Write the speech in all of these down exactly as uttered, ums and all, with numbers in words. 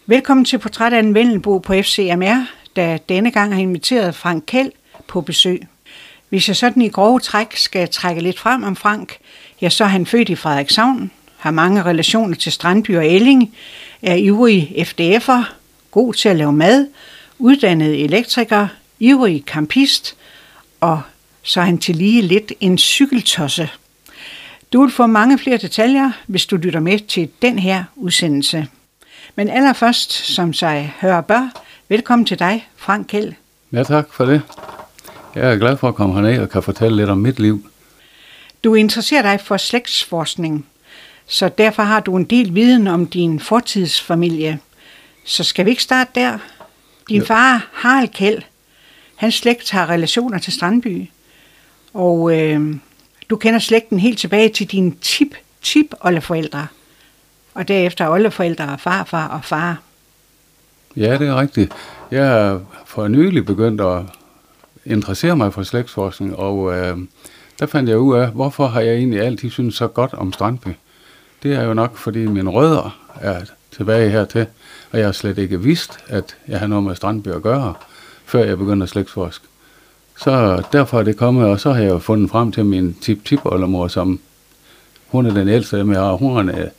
Velkommen til Portræt af en Vendelbo på F C M R, der denne gang har inviteret Frank Kjeld på besøg. Hvis jeg sådan i grove træk skal trække lidt frem om Frank, ja, så er han født i Frederikshavn, har mange relationer til Strandby og Elling, er ivrig F D F'er, god til at lave mad, uddannet elektriker, ivrig campist, og så er han til lige lidt en cykeltosse. Du vil få mange flere detaljer, hvis du lytter med til den her udsendelse. Men allerførst, som sig hører bør, velkommen til dig, Frank Kjeld. Ja, tak for det. Jeg er glad for at komme herned og kan fortælle lidt om mit liv. Du interesserer dig for slægtsforskning, så derfor har du en del viden om din fortidsfamilie. Så skal vi ikke starte der? Din ja. far, Harald Kjeld, hans slægt har relationer til Strandby, og øh, du kender slægten helt tilbage til dine tip-tip-oldeforældre, og derefter oldeforældre og farfar og far. Ja, det er rigtigt. Jeg er for nylig begyndt at interessere mig for slægtsforskning, og øh, der fandt jeg ud af, hvorfor har jeg egentlig altid syntes så godt om Strandby. Det er jo nok, fordi mine rødder er tilbage hertil, og jeg har slet ikke vidst, at jeg har noget med Strandby at gøre, før jeg begyndte at slægtsforske. Så derfor er det kommet, og så har jeg jo fundet frem til min tip-tip-oldemor, som hun er den ældste af dem, jeg har. Hun er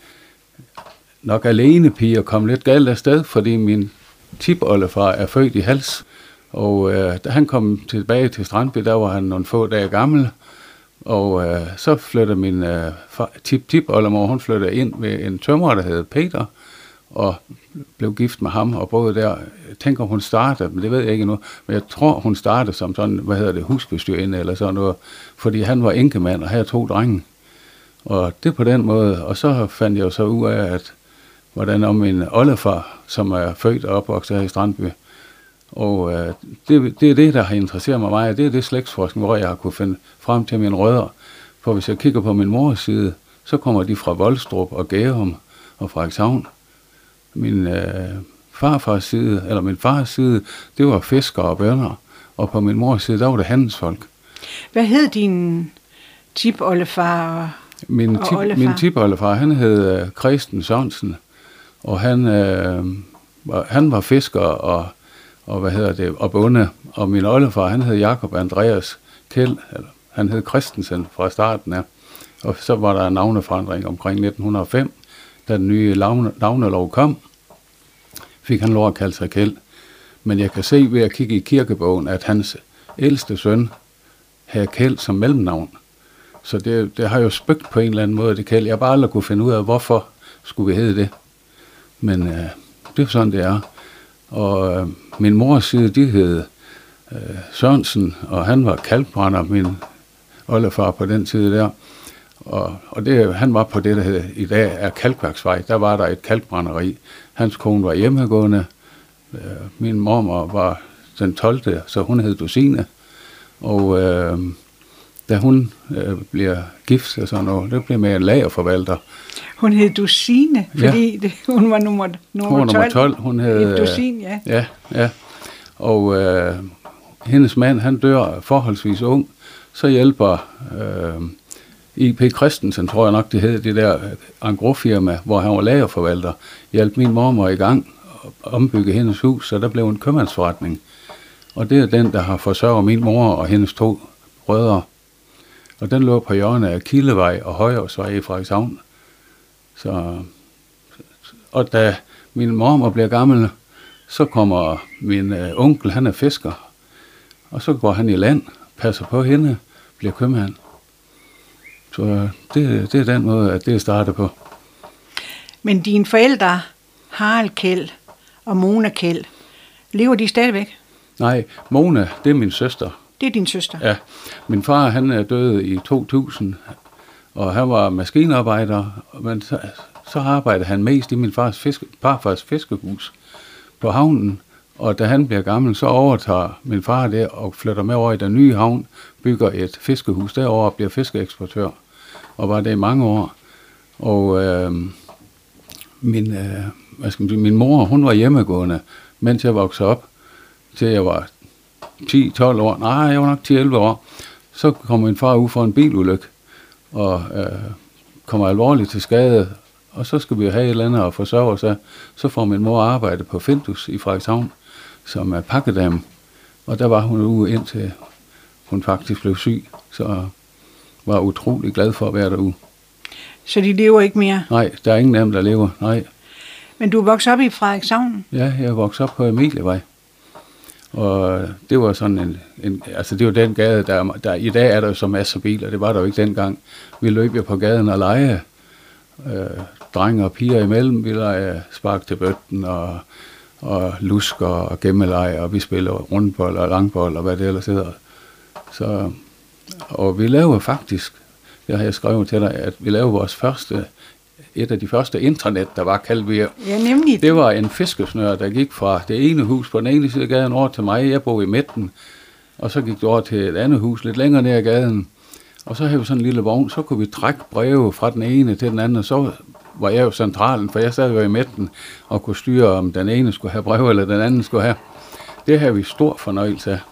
nok alene pige og kom lidt galt afsted, fordi min tip-oldefar er født i Hals. Og øh, da han kom tilbage til Strandby, der var han nogle få dage gammel. Og øh, så flyttede min øh, tip-tip-oldemor, hun flyttede ind med en tømrer, der hed Peter, og blev gift med ham og boede der. Jeg tænker, hun startede, men det ved jeg ikke nu, men jeg tror, hun startede som sådan, hvad hedder det, husbestyrende eller sådan noget, fordi han var enkemand og havde to drenge. Og det på den måde, og så fandt jeg jo så ud af, at hvordan om min oldefar, som er født og opvokset her i Strandby. Og øh, det, det er det, der har interesseret mig meget. Det er det slægtsforskning, hvor jeg har kunne finde frem til mine rødder. For hvis jeg kigger på min mors side, så kommer de fra Volstrup og Gærum og Frederikshavn. Min øh, farfars side, eller min fars side, det var fiskere og bønder. Og på min mors side, der var det handelsfolk. Hvad hed din tip-oldefar? Min, tip, min tip-oldefar, han hed øh, Christen Sørensen. Og han, øh, var, han var fisker og, og hvad hedder det, og bonde. Og min oldefar, han hed Jakob Andreas Kjeld. Eller, han hed Christensen fra starten af. Og så var der en navneforandring omkring nitten hundrede og fem, da den nye navnelov kom, fik han lov at kalde sig Kjeld. Men jeg kan se ved at kigge i kirkebogen, at hans ældste søn havde Kjeld som mellemnavn. Så det, det har jo spøgt på en eller anden måde, det Kjeld. Jeg har bare aldrig kunne finde ud af, hvorfor skulle vi hedde det. Men øh, det er sådan, det er. Og øh, min mors side, de hed øh, Sørensen, og han var kalkbrænder, min oldefar på den tid der. Og, og det, han var på det, der hed, i dag er Kalkværksvej. Der var der et kalkbrænderi. Hans kone var hjemmegående. Øh, min mormor var den tolvte, så hun hed Dusine. Og øh, da hun øh, bliver gift og sådan noget, det blev med en lagerforvalter. Hun hed Dusine, fordi ja. det, hun var nummer, nummer, hun var nummer tolv. Hun hed Dusine, ja. Ja, ja. Og øh, hendes mand, han dør forholdsvis ung. Så hjælper øh, I P Christensen, tror jeg nok det hed, det der engrosfirma, hvor han var lagerforvalter, hjalp min mormor i gang at ombygge hendes hus, så der blev en købmandsforretning. Og det er den, der har forsørget min mor og hendes to brødre. Og den lå på hjørnet af Kildevej og Højårsvej i Frederikshavn. Så, og da min mormor bliver gammel, så kommer min øh, onkel, han er fisker. Og så går han i land, passer på hende, bliver købmand. Så det, det er den måde, at det starter på. Men dine forældre, Harald Kjeld og Mona Kjeld, lever de stadigvæk? Nej, Mona, det er min søster. Det er din søster? Ja. Min far, han er død i to tusind, og han var maskinarbejder, men så, så arbejdede han mest i min fars fiske, farfars fiskehus på havnen, og da han bliver gammel, så overtager min far det og flytter med over i den nye havn, bygger et fiskehus derovre og bliver fiskeeksportør, og var det i mange år. Og øh, min, øh, hvad skal man sige, min mor, hun var hjemmegående, mens jeg voksede op, til jeg var ti tolv år, nej, jeg var nok ti elleve år, så kom min far ud for en bilulykke, og øh, kommer alvorligt til skade, og så skal vi jo have et eller andet at forsørge os af. Så får min mor arbejde på Findus i Frederikshavn, som er pakkedame. Og der var hun ude indtil hun faktisk blev syg, så var utrolig glad for at være derude. Så de lever ikke mere? Nej, der er ingen af dem, der lever, nej. Men du er vokset op i Frederikshavn? Ja, jeg er vokset op på Emilievej. Og det var sådan en, en altså det var den gade, der, der i dag er der jo så masser af biler, det var der jo ikke dengang. Vi løb jo på gaden og lege, øh, drenge og piger imellem, vi legede spark til bøtten og, og lusker og gemmeleje, og vi spillede rundbold og langbold og hvad det ellers hedder. Så, og vi lavede faktisk, det har jeg skrevet til dig, at vi lavede vores første, et af de første internet, der var, kaldte vi. Ja, nemlig. Det var en fiskesnør, der gik fra det ene hus på den ene side af gaden over til mig. Jeg boede i midten, og så gik det over til et andet hus lidt længere ned ad gaden. Og så havde vi sådan en lille vogn, så kunne vi trække breve fra den ene til den anden, og så var jeg jo centralen, for jeg sad jo i midten og kunne styre, om den ene skulle have brev, eller den anden skulle have. Det havde vi stor fornøjelse af.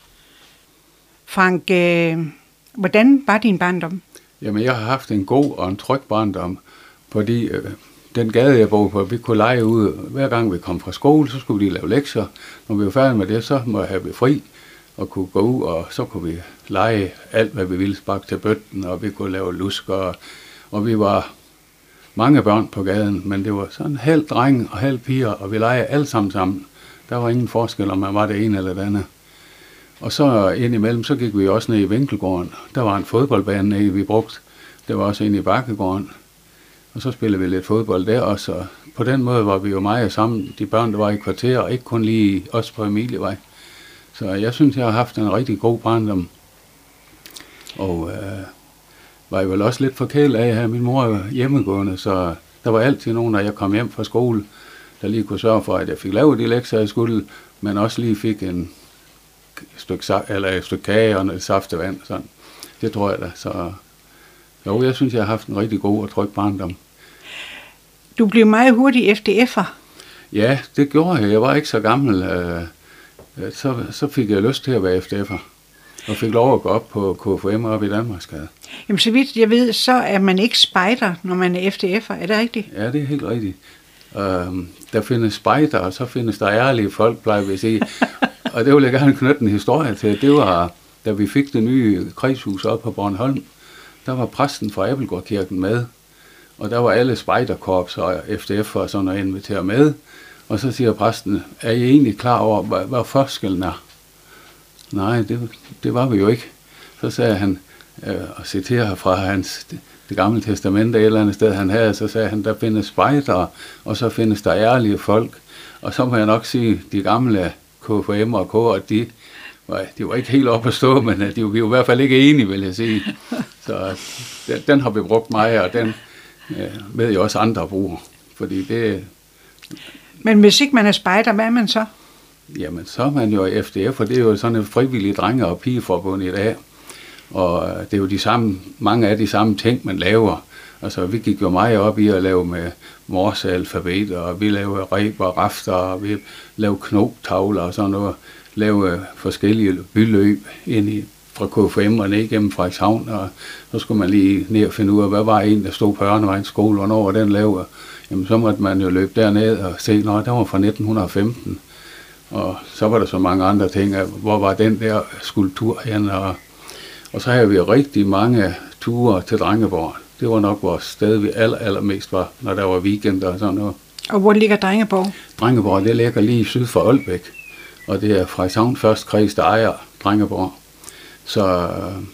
Frank, øh, hvordan var din barndom? Jamen, jeg har haft en god og en tryg barndom, fordi øh, den gade, jeg boede på, vi kunne lege ude. Hver gang vi kom fra skole, så skulle vi lige lave lektier. Når vi var færdige med det, så må jeg have fri og kunne gå ud, og så kunne vi lege alt, hvad vi ville, sparke til bøtten, og vi kunne lave lusker, og, og vi var mange børn på gaden, men det var sådan halv dreng og halv piger, og vi legede alle sammen sammen. Der var ingen forskel, om man var det ene eller det andet. Og så indimellem, så gik vi også ned i Vinkelgården. Der var en fodboldbane nede, vi brugte. Det var også inde i Bakkegården. Og så spillede vi lidt fodbold der også. Og på den måde var vi jo meget sammen, de børn, der var i kvarter, og ikke kun lige os på Emilievej. Så jeg synes, jeg har haft en rigtig god barndom. Og øh, var jo vel også lidt forkælet af at have min mor hjemmegående, så der var altid nogen, når jeg kom hjem fra skole, der lige kunne sørge for, at jeg fik lavet de lektier, jeg skulle, men også lige fik en stykke, eller et stykke kage og noget saftevand. Sådan. Det tror jeg da. Så jo, jeg synes, jeg har haft en rigtig god og tryg barndom. Du blev meget hurtig F D F'er. Ja, det gjorde jeg. Jeg var ikke så gammel. Så, så fik jeg lyst til at være F D F'er. Og fik lov at gå op på K F M op i Danmarksgade. Jamen, så vidt jeg ved, så er man ikke spejder, når man er F D F'er. Er det rigtigt? Ja, det er helt rigtigt. Um, der findes spejder, og så findes der ærlige folk, plejer vi at sige. Og det vil jeg gerne knytte en historie til. Det var, da vi fik det nye kredshus op på Bornholm, der var præsten fra Abelgårdkirken med. Og der var alle spejderkorps og F D F'er og sådan noget inviteret med. Og så siger præsten, er I egentlig klar over, hvad, hvad forskellen er? Nej, det, det var vi jo ikke. Så sagde han, øh, og citerer fra hans, det, det gamle testamente et eller andet sted, han havde, så sagde han, der findes spejdere, og så findes der ærlige folk. Og så må jeg nok sige, de gamle K F M og K, de var, de var ikke helt oppe at stå, men de var i hvert fald ikke enige, vil jeg sige. Så den, den har vi brugt meget, og den øh, ved jeg også andre bruger. Fordi det... Men hvis ikke man er spejder, hvad er man så? Jamen, så er man jo i F D F, for det er jo sådan et frivilligt drenge- og pigeforbund i dag. Og det er jo de samme, mange af de samme ting, man laver. Altså, vi gik jo meget op i at lave med morsealfabet, og vi lavede reb og rafter, og vi lavede knoptavler og sådan noget. Lavede forskellige byløb ind i, fra K F M og ned igennem Frederikshavn, og så skulle man lige ned og finde ud af, hvad var en, der stod på Ørnevejens skole, hvornår var den lavet. Jamen, så måtte man jo løbe derned og se, nå, der var fra nitten femten. Og så var der så mange andre ting, hvor var den der skulptur henne, og, og så havde vi rigtig mange ture til Drengeborg. Det var nok vores sted, vi aller, allermest var, når der var weekend og sådan noget. Og hvor ligger Drengeborg? Drengeborg, det ligger lige syd for Aalbæk, og det er Frederikshavn først kreds, der ejer Drengeborg. Så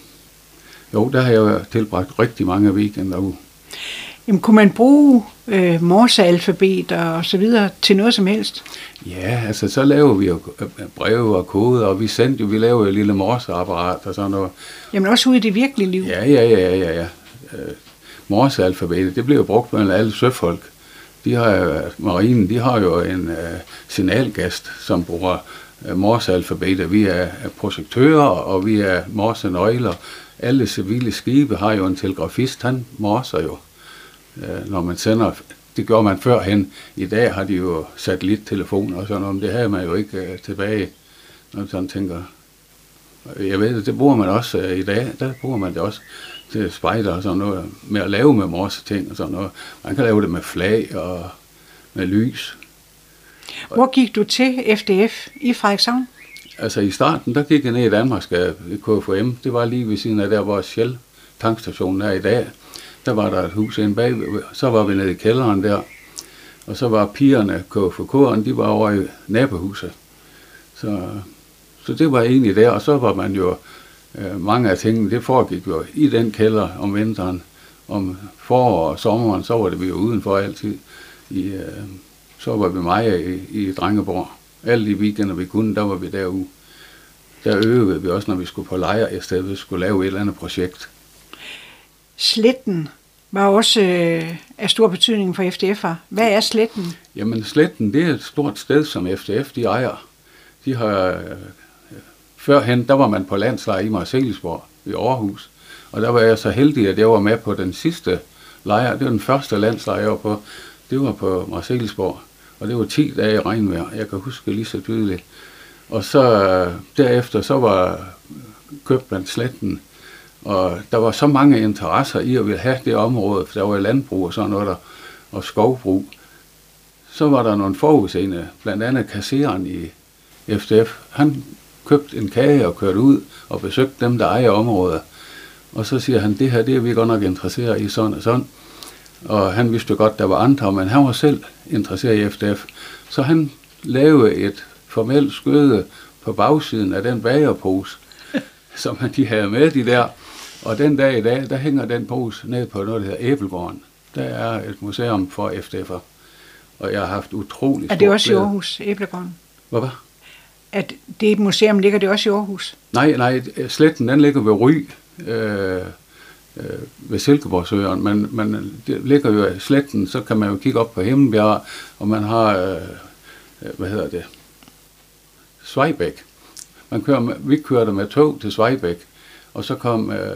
jo, der har jeg jo tilbragt rigtig mange weekender ude. Jamen, kunne man bruge øh, morsealfabet og så videre til noget som helst? Ja, altså så laver vi jo breve og koder, og vi sendte jo, vi lavede jo et lille morseapparat og sådan noget. Jamen også ude i det virkelige liv? Ja, ja, ja, ja, ja. Øh, morsealfabetet, det blev jo brugt med alle søfolk. De har, marinen, de har jo en øh, signalgast, som bruger øh, morsealfabetet. Vi er projektører, og vi er morsenøgler. Alle civile skibe har jo en telegrafist, han morser jo. Når man sender, det gør man førhen. I dag har de jo satellittelefoner og sådan noget, men det havde man jo ikke uh, tilbage, når man sådan tænker. Jeg ved, det bruger man også uh, i dag, der bruger man det også. til spejder og sådan noget, med at lave med morse ting og sådan noget. Man kan lave det med flag og med lys. Hvor gik du til F D F i Frederikshavn? Altså i starten, der gik jeg ned i Danmarksgade i K F M. Det var lige ved siden af der, hvor Shell tankstationen er i dag. Der var der et hus inde bag. Så var vi nede i kælderen der. Og så var pigerne, K F K'erne, de var over i nabohuset. Så, så det var egentlig der. Og så var man jo, øh, mange af tingene, det foregik jo i den kælder om vinteren. Om forår og sommeren, så var det vi jo udenfor altid. I, øh, så var vi meget i, i Drengeborg. Alle de weekender vi kunne, der var vi derude. Der øvede vi også, når vi skulle på lejr i stedet, vi skulle lave et eller andet projekt. Sletten var også øh, af stor betydning for F D F'er. Hvad er Sletten? Jamen Sletten, det er et stort sted, som F D F de ejer. De har, øh, førhen, der var man på landslejr i Marselisborg i Aarhus. Og der var jeg så heldig, at jeg var med på den sidste lejr. Det var den første landslejr, jeg var på. Det var på Marselisborg. Og det var ti dage i regnvejr. Jeg kan huske lige så tydeligt. Og så øh, derefter, så var købt man Sletten. Og der var så mange interesser i at ville have det område, for der var landbrug og sådan noget der, og skovbrug. Så var der nogle forudseende, blandt andet kasseren i F D F. Han købte en kage og kørte ud og besøgte dem, der ejer området. Og så siger han, det her, det er vi godt nok interesseret i, sådan og sådan. Og han vidste godt, der var andre, men han var selv interesseret i F D F. Så han lavede et formelt skøde på bagsiden af den bagerpose, som de havde med, de der. Og den dag i dag, der hænger den pose ned på noget, der hedder Æbelgården. Der er et museum for F D F'er. Og jeg har haft utrolig stor Er det også i Aarhus, Æbelgården? Hvad var? At det er et museum, ligger det også i Aarhus? Nej, nej, Sletten, den ligger ved Ry, øh, øh, ved Silkeborgsøen. Men, men det ligger jo i Sletten, så kan man jo kigge op på Himmelbjerg, og man har, øh, hvad hedder det, Svejbæk. Man kører med, vi kørte med tog til Svejbæk, og så kom øh,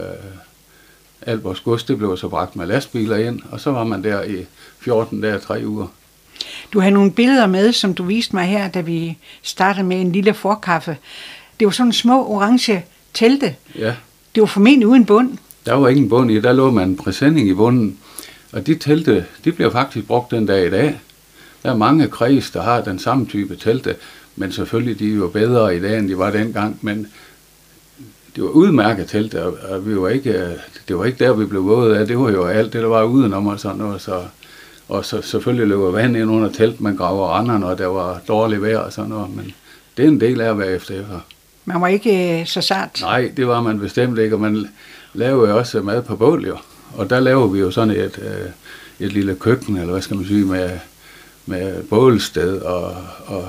alt vores gods, det blev så bragt med lastbiler ind, og så var man der i fjorten dage, tre uger. Du har nogle billeder med, som du viste mig her, da vi startede med en lille forkaffe. Det var sådan små orange telte. Ja. Det var formentlig uden bund. Der var ingen bund i, der lå man en præsending i bunden, og de telte, de bliver faktisk brugt den dag i dag. Der er mange kreds, der har den samme type telte, men selvfølgelig de er jo bedre i dag, end de var dengang, men det var udmærket telt, og vi var ikke, det var ikke der, vi blev våde af, det var jo alt det, der var udenom og sådan noget, så, og så selvfølgelig løber vand ind under telt, man graver render, når der var dårligt vejr og sådan noget, men det er en del af at være F D F'er. Man var ikke så sart. Nej, det var man bestemt ikke, og man lavede jo også mad på bål, jo. Og der laver vi jo sådan et, et lille køkken, eller hvad skal man sige, med, med bålsted og, og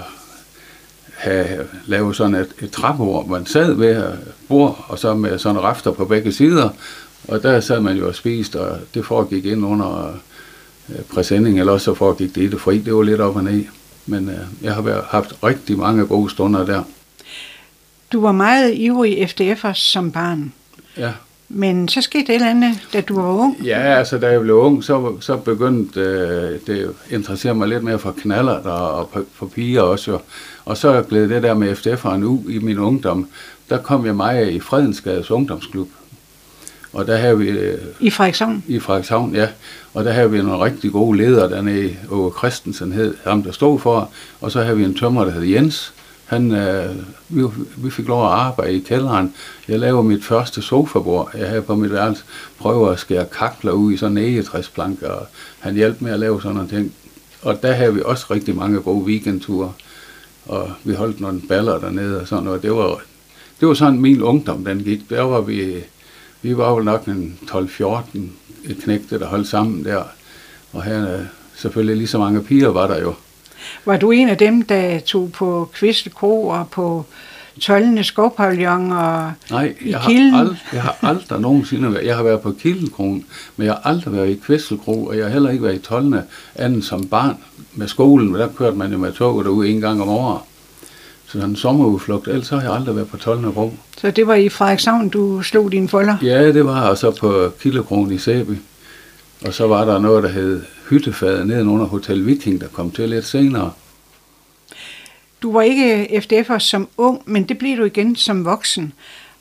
have lavet sådan et, et trappeord, man sad ved bord, og så med sådan rafter på begge sider, og der sad man jo og spiste, og det foregik ind under øh, præsending, eller også så foregik det i det fri, det var lidt op og ned. Men øh, jeg har været, haft rigtig mange gode stunder der. Du var meget ivrig F D F'er som barn. Ja. Men så skete det et eller andet, da du var ung. Ja, altså da jeg blev ung, så, så begyndte øh, det at interessere mig lidt mere for knaller og for piger også. Jo. Og så gled det der med F D F'eren ud i min ungdom. Der kom jeg meget i Fredensgades ungdomsklub. Og der havde vi... Øh, I Frederikshavn? I Frederikshavn, ja. Og der havde vi nogle rigtig gode ledere dernede. Åge Christensen hed ham, der stod for. Og så havde vi en tømrer, der hed Jens. Han, øh, vi, vi fik lov at arbejde i kælderen. Jeg lavede mit første sofabord. Jeg havde på mit værelse prøvet at skære kakler ud i sådan en egetræsplanke, og han hjalp med at lave sådan nogle ting. Og der havde vi også rigtig mange gode weekendture, og vi holdt nogle baller dernede og sådan noget. Det var, det var sådan min ungdom, den gik. Der var vi, vi var jo nok en tolv fjorten knægte, der holdt sammen der. Og her selvfølgelig lige så mange piger var der jo. Var du en af dem, der tog på Kvistel Kro og på Toldene Skovpavillon og Nej, i jeg Kilden? har, ald- jeg har aldrig nogensinde været. Jeg har været på Kildenkronen, men jeg har aldrig været i Kvistel Kro, og jeg har heller ikke været i Toldene andet som barn med skolen. Der kørte man jo med toget derude en gang om året. Så sådan en sommerudflugt, ellers har jeg aldrig været på Toldene Kro. Så det var i Frederikshavn, du slog dine folder? Ja, det var, og så på Kildekronen i Sæby. Og så var der noget, der hed Hyttefadet nede under Hotel Viking, der kom til lidt senere. Du var ikke F D F'er som ung, men det blev du igen som voksen.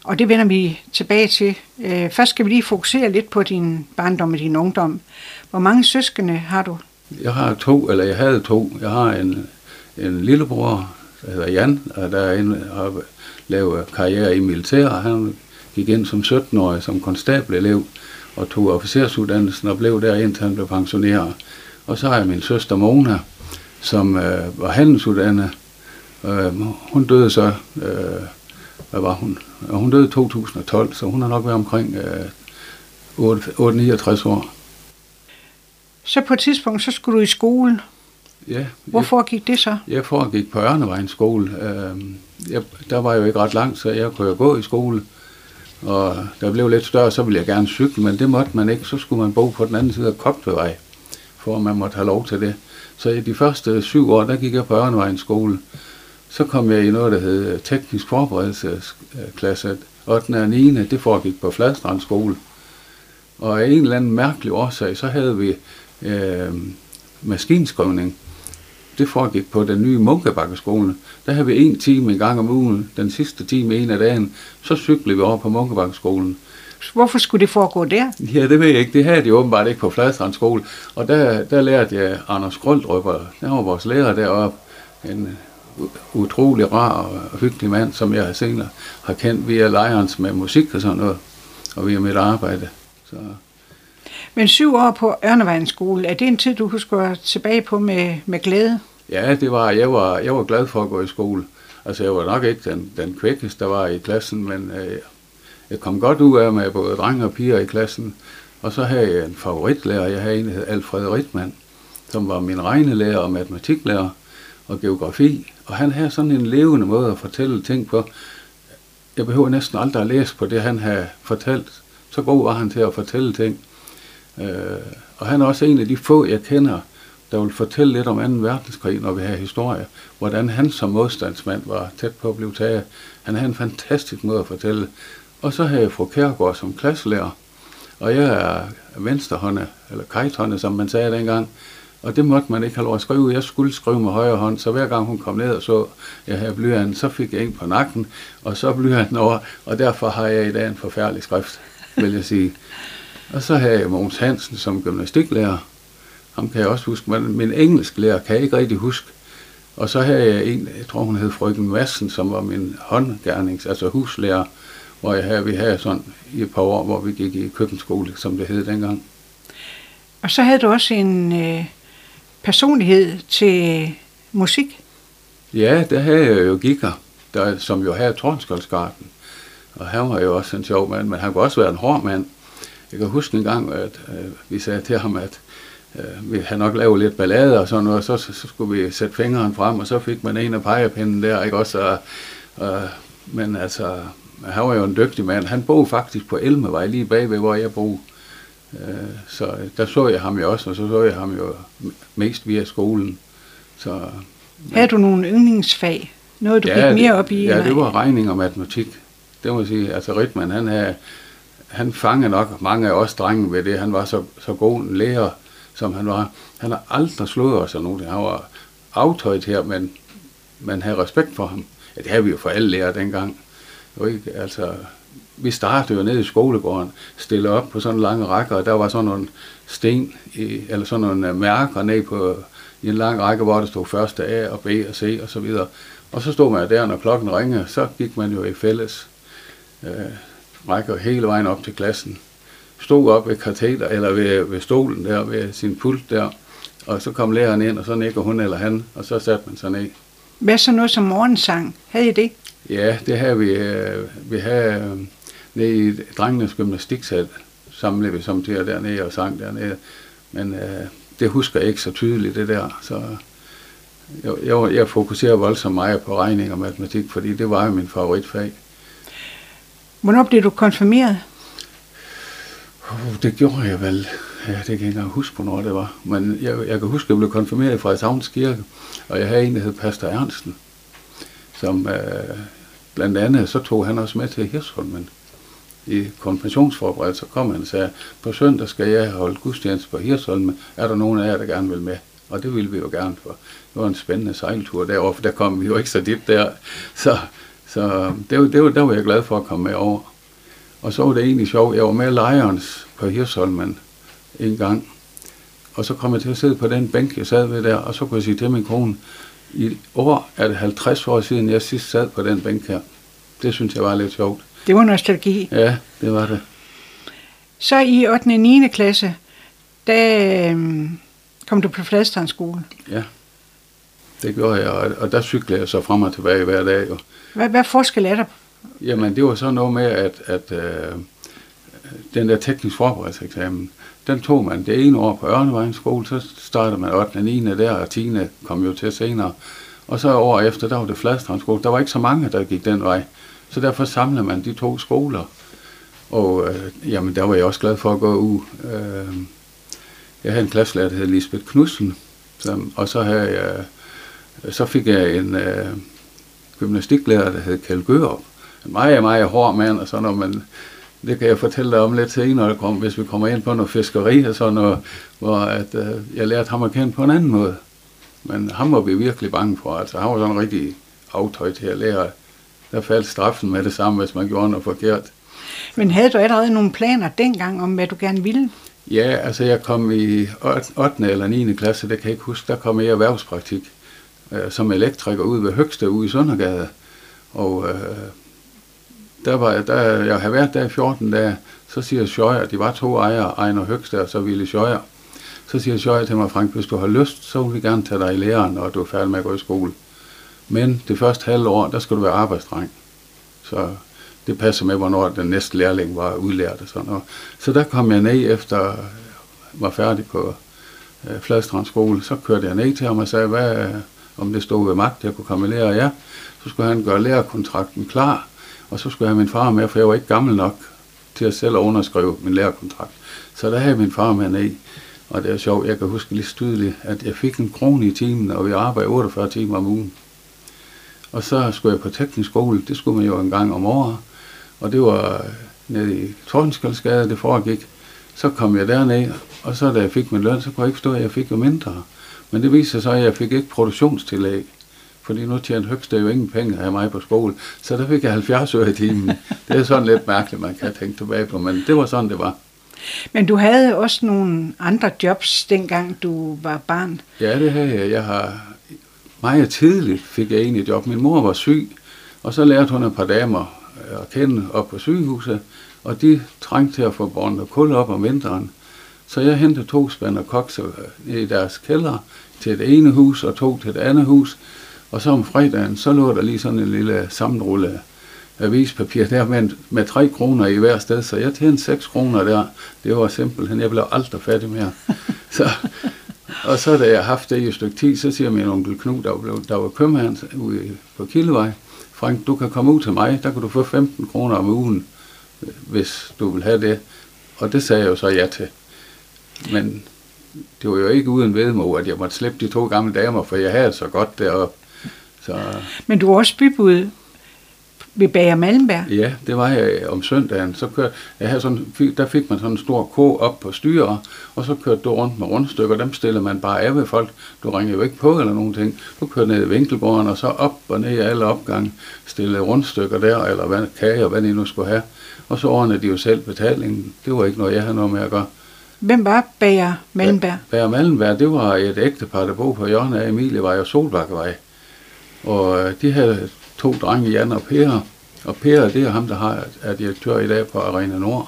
Og det vender vi tilbage til. Øh, først skal vi lige fokusere lidt på din barndom og din ungdom. Hvor mange søskende har du? Jeg har to, eller jeg havde to. Jeg har en, en lillebror, der hedder Jan, og der er en, har lavet karriere i militær. Han gik ind som sytten-årig som konstabelelev og tog officersuddannelsen og blev der indtil han blev pensioneret. Og så har jeg min søster Mona, som øh, var handelsuddannet. Øh, hun døde så, øh, hvad var hun? Hun døde i to tusind og tolv, så hun har nok været omkring øh, otte til niogtres år. Så på et tidspunkt, så skulle du i skole. Ja. Hvorfor gik det så? Jeg foregik på Ørnevejens skole. Øh, jeg, der var jo ikke ret langt, så jeg kunne jo gå i skole. Og der blev lidt større, så ville jeg gerne cykle, men det måtte man ikke. Så skulle man bo på den anden side af Koptevej, for man måtte have lov til det. Så i de første syv år, der gik jeg på Ørnevejens skole. Så kom jeg i noget, der hed teknisk forberedelsesklasse. ottende og niende det foregik på Fladstrand skole. Og af en eller anden mærkelig årsag, så havde vi øh, maskinskrivning. Det foregik på den nye Munkebakkeskolen. Der havde vi en time en gang om ugen, den sidste time en af dagen. Så cyklede vi over på Munkebakkeskolen. Hvorfor skulle det foregå der? Ja, det ved jeg ikke. Det havde de åbenbart ikke på Fladstrand skole. Og der, der lærte jeg Anders Grøldrup, der var vores lærer deroppe. En utrolig rar og hyggelig mand, som jeg senere har kendt via lejrens med musik og sådan noget. Og via mit arbejde. Så. Men syv år på Ørnevejens skole, er det en tid, du husker tilbage på med, med glæde? Ja, det var, jeg var, jeg var glad for at gå i skole. Altså, jeg var nok ikke den, den kvækkeste, der var i klassen, men øh, jeg kom godt ud af med både drenge og piger i klassen. Og så havde jeg en favoritlærer. Jeg havde en, der hed Alfred Rittmann, som var min regnelærer og matematiklærer og geografi. Og han havde sådan en levende måde at fortælle ting på. Jeg behøver næsten aldrig at læse på det, han havde fortalt. Så god var han til at fortælle ting. Øh, og han er også en af de få, jeg kender, der vil fortælle lidt om anden verdenskrig, når vi har historie. Hvordan han som modstandsmand var tæt på at blive taget. Han havde en fantastisk måde at fortælle. Og så havde jeg fru Kjærgaard som klasselærer. Og jeg er venstrehånde, eller kajthånde, som man sagde dengang. Og det måtte man ikke have lov at skrive. Jeg skulle skrive med højre hånd, så hver gang hun kom ned og så, jeg havde blyanten, så fik jeg en på nakken, og så blyanten over. Og derfor har jeg i dag en forfærdelig skrift, vil jeg sige. Og så havde jeg Mogens Hansen som gymnastiklærer. Ham kan jeg også huske, men min engelsklærer kan jeg ikke rigtig huske. Og så havde jeg en, jeg tror hun hed frøken Madsen, som var min håndgernings, altså huslærer, hvor jeg havde, vi havde sådan i et par år, hvor vi gik i køkkenskole, som det hed dengang. Og så havde du også en øh, personlighed til musik? Ja, der havde jeg jo Gikker, der, som jo havde Tornskjoldsgarden. Og han var jo også en sjov mand, men han kunne også være en hård mand. Jeg kan huske en gang, at øh, vi sagde til ham, at øh, vi havde nok lavet lidt ballade og sådan noget, og så, så, så skulle vi sætte fingeren frem, og så fik man en af pegepinden der, ikke også? Og, øh, men altså, han var jo en dygtig mand. Han boede faktisk på Elmevej, lige bagved, hvor jeg boede. Øh, så der så jeg ham jo også, og så så jeg ham jo mest via skolen. Så, havde du nogle yndlingsfag? Noget, du ja, gik mere op i? Ja, det var regning og matematik. Det må jeg sige. Altså, Rittmann, han havde... Han fangede nok mange af os drenge ved det. Han var så, så god en lærer, som han var. Han har aldrig slået os af nogen. Han var autoritær, men man havde respekt for ham. Ja, det havde vi jo for alle lærere dengang. Jo ikke, altså, vi startede jo nede i skolegården, stillede op på sådan lange rækker, og der var sådan nogle sten, i, eller sådan nogle mærker ned på, i en lang række, hvor der stod første A og B og C og så videre. Og så stod man der, når klokken ringede, så gik man jo i fælles øh, rækker hele vejen op til klassen. Stod op ved kateter, eller ved, ved stolen der, ved sin pult der, og så kom læreren ind, og så nikker hun eller han, og så satte man sig ned. Hvad så noget som morgensang? Havde I det? Ja, det havde vi. Øh, vi havde øh, nede i drengenes gymnastiksal, samlede vi som til dernede og sang dernede. Men øh, det husker jeg ikke så tydeligt, det der. Så jeg, jeg, jeg fokuserer voldsomt meget på regning og matematik, fordi det var jo min favoritfag. Hvornår blev du konfirmeret? Oh, det gjorde jeg vel. Ja, det kan jeg ikke engang huske, hvornår det var. Men jeg, jeg kan huske, at jeg blev konfirmeret i Frederikshavns Kirke, og jeg havde en, der hed Pastor Ernsten, som øh, blandt andet, så tog han også med til Hirsholmen. I konfirmationsforberedelse, så kom han og sagde, på søndag skal jeg holde gudstjeneste på Hirsholmen. Er der nogen af jer, der gerne vil med? Og det ville vi jo gerne, for det var en spændende sejltur derovre, for der kom vi jo ikke så dit der. Så, Så det var, det var, der var jeg glad for at komme med over. Og så var det egentlig sjovt. Jeg var med Lions på Hirsholmen en gang. Og så kom jeg til at sidde på den bænk, jeg sad ved der, og så kunne jeg sige til min kone, i år er det halvtreds år siden, jeg sidst sad på den bænk her. Det synes jeg var lidt sjovt. Det var nostalgi. Ja, det var det. Så i ottende og niende klasse, der øhm, kom du på Fladstrandskole. Ja, det gjorde jeg, og, og der cyklede jeg så frem og tilbage hver dag. Jo. Hvad, hvad forskel er der? Jamen, det var så noget med, at, at øh, den der teknisk forberedelseksamen, den tog man det ene år på Ørnevejens skole, så startede man ottende og niende der, og tiende kom jo til senere. Og så år efter, der var det Fladstrandskole. Der var ikke så mange, der gik den vej. Så derfor samlede man de to skoler. Og øh, jamen, der var jeg også glad for at gå ud. Øh, jeg havde en klasselærer, der hed Lisbeth Knudsen, som, og så, havde jeg, så fik jeg en øh, gymnastiklærer, der hed Kjeld Gørup. En meget, meget hård mand og sådan noget, men det kan jeg fortælle dig om lidt senere, hvis vi kommer ind på noget fiskeri og sådan noget, hvor at, øh, jeg lærte ham at kende på en anden måde. Men ham var vi virkelig bange for. Altså, han var sådan rigtig aftøj til at lære. Der faldt straffen med det samme, hvis man gjorde noget forkert. Men havde du allerede nogle planer dengang om, hvad du gerne ville? Ja, altså jeg kom i ottende eller niende klasse, det kan jeg ikke huske, der kom jeg i erhvervspraktik øh, som elektriker ude ved Høgste ude i Søndergade. Og øh, der var der, jeg havde været der i fjorten dage, så siger Schøjer, de var to ejere, Ejner Høgste og så Ville Schøjer. Så siger Schøjer til mig, Frank, hvis du har lyst, så vil vi gerne tage dig i læren, når du er færdig med at gå i skole. Men det første halve år, der skal du være arbejdsdreng. Så det passer med, hvornår den næste lærling var udlært og sådan noget. Så der kom jeg ned efter, jeg var færdig på øh, Fladstrand skole. Så kørte jeg ned til ham og sagde, hvad, om det stod ved magt, jeg kunne komme i lære. Ja, så skulle han gøre lærerkontrakten klar, og så skulle jeg have min far med, for jeg var ikke gammel nok til at selv underskrive min lærerkontrakt. Så der havde min far med ned, og det er sjovt, jeg kan huske lige tydeligt, at jeg fik en krone i timen, og vi arbejdede otteogfyrre timer om ugen. Og så skulle jeg på teknisk skole, det skulle man jo en gang om året, og det var nede i Tordenskjoldsgade, det foregik. Så kom jeg derned, og så da jeg fik min løn, så kunne jeg ikke forstå, at jeg fik jo mindre. Men det viste sig så, at jeg fik ikke produktionstillæg, fordi nu tjente Høgste jo ingen penge af mig på skole, så der fik jeg halvfjerds øre i timen. Det er sådan lidt mærkeligt, man kan tænke tilbage på, men det var sådan, det var. Men du havde også nogle andre jobs, dengang du var barn? Ja, det havde jeg. Jeg har meget tidligt fik jeg egentlig job. Min mor var syg, og så lærte hun et par damer at kende op på sygehuset, og de trængte til at få båndet kul op om vinteren. Så jeg hentede to spænder kokser i deres kælder til det ene hus og to til det andet hus. Og så om fredagen, så lå der lige sådan en lille sammenrulle avispapir der med, med tre kroner i hver sted. Så jeg tjente seks kroner der. Det var simpelthen, jeg blev aldrig fattig mere. Så, og så da jeg haft det i et stykke tid, så siger min onkel Knud, der var, der var købmand ude på Kildevej, Frank, du kan komme ud til mig, der kan du få femten kroner om ugen, hvis du vil have det. Og det sagde jeg jo så ja til. Men det var jo ikke uden vedmål, at jeg måtte slippe de to gamle damer, for jeg havde det så godt deroppe. Så... Men du var også bybud ved Bager Malmberg? Ja, det var jeg om søndagen. Så kørte, jeg havde sådan, der fik man sådan en stor ko op på styrer, og så kørte du rundt med rundstykker. Dem stiller man bare af ved folk. Du ringer jo ikke på eller nogen ting. Du kørte ned i Vinkelgården, og så op og ned i alle opgange, stille rundstykker der, eller hvad, kage og hvad de nu skulle have. Og så ordnede de jo selv betalingen. Det var ikke noget, jeg havde noget med at gøre. Hvem var Bager Malmberg? Bager Malmberg, det var et ægtepar, der boede på hjørnet af Emilievej og Solbakkevej. Og de havde to drenge, Jan og Per. Og Per, det er ham, der har, er direktør i dag på Arena Nord.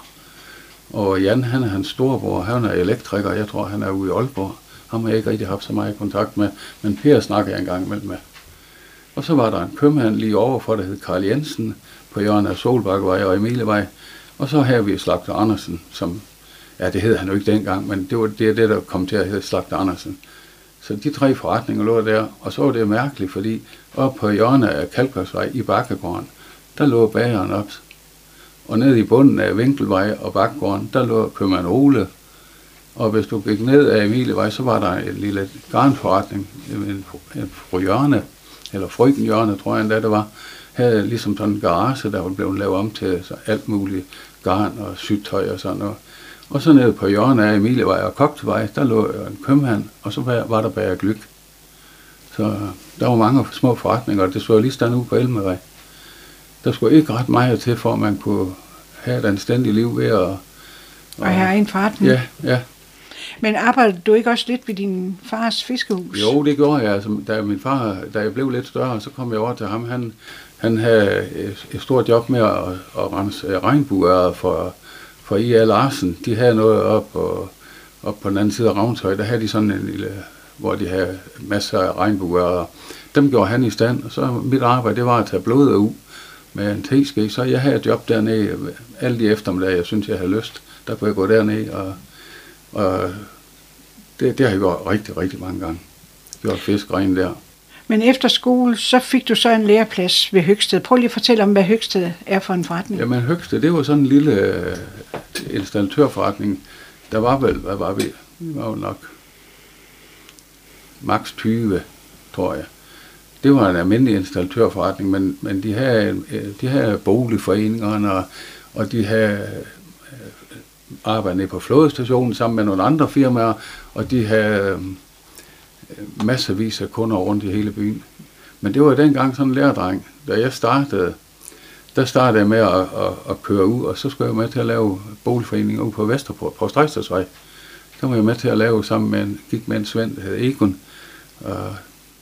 Og Jan, han er hans storebror, han er elektriker, jeg tror, han er ude i Aalborg. Ham har jeg ikke rigtig haft så meget kontakt med, men Per snakker jeg engang imellem med. Og så var der en købmand lige overfor, der hed Karl Jensen, på hjørnet af Solbakkevej og Emilievej. Og så havde vi Slagter Andersen, som, ja, det hed han jo ikke dengang, men det var det, det der kom til at hedde Slagter Andersen. Så de tre forretninger lå der, og så var det mærkeligt, fordi oppe på hjørnet af Kalkbergsvej i Bakkegården, der lå bageren op. Og nede i bunden af Vinkelvej og Bakkegården, der lå købmand Ole. Og hvis du gik ned af Emilievej, så var der en lille garnforretning, en, en fru Hjørne, eller frøken Hjørne, tror jeg endda det var, havde ligesom sådan en garage, der var blevet lavet om til så alt muligt garn og sygtøj og sådan noget. Og så nede på hjørnet af Emilievej og Kogtevej, der lå en købmand, og så var der Bager Glück. Så der var mange små forretninger, og det så lige stand ud på Elmevej. der skulle ikke ret meget til, for at man kunne have et anstændigt liv ved at... Og, og have en forretning. Ja, ja. Men arbejdede du ikke også lidt ved din fars fiskehus? Jo, det gjorde jeg. Altså, da min far, da jeg blev lidt større, så kom jeg over til ham. Han, han havde et, et stort job med at, at rense regnbuer for, for I A Larsen. De havde noget op på, op på den anden side af Ravnshøj. Der havde de sådan en lille, hvor de havde masser af regnbuer. Dem gjorde han i stand. Og så mit arbejde, det var at tage blodet ud med en teske. Så jeg havde et job dernede alle de eftermiddag, jeg synes, jeg havde lyst. Der kunne jeg gå derned, og, og det, det har jeg gjort rigtig, rigtig mange gange. Gjort fiskeren der. Men efter skole, så fik du så en læreplads ved Høgsted. Prøv lige at fortælle om, hvad Høgsted er for en forretning. Jamen Høgsted, det var sådan en lille installatørforretning. Der var vel, hvad var vi? Vi var jo nok maks tyve, tror jeg. Det var en almindelig installatørforretning, men, men de havde, de havde boligforeningerne, og, og de havde arbejdet nede på flådestationen sammen med nogle andre firmaer, og de havde masservis af kunder rundt i hele byen. Men det var dengang sådan en læredreng. Da jeg startede, der startede jeg med at, at, at køre ud, og så skulle jeg med til at lave boligforeninger ude på Vesterport, på Strejstersvej. Der var jeg med til at lave sammen med en, gik med en svend, der hed Egon. Og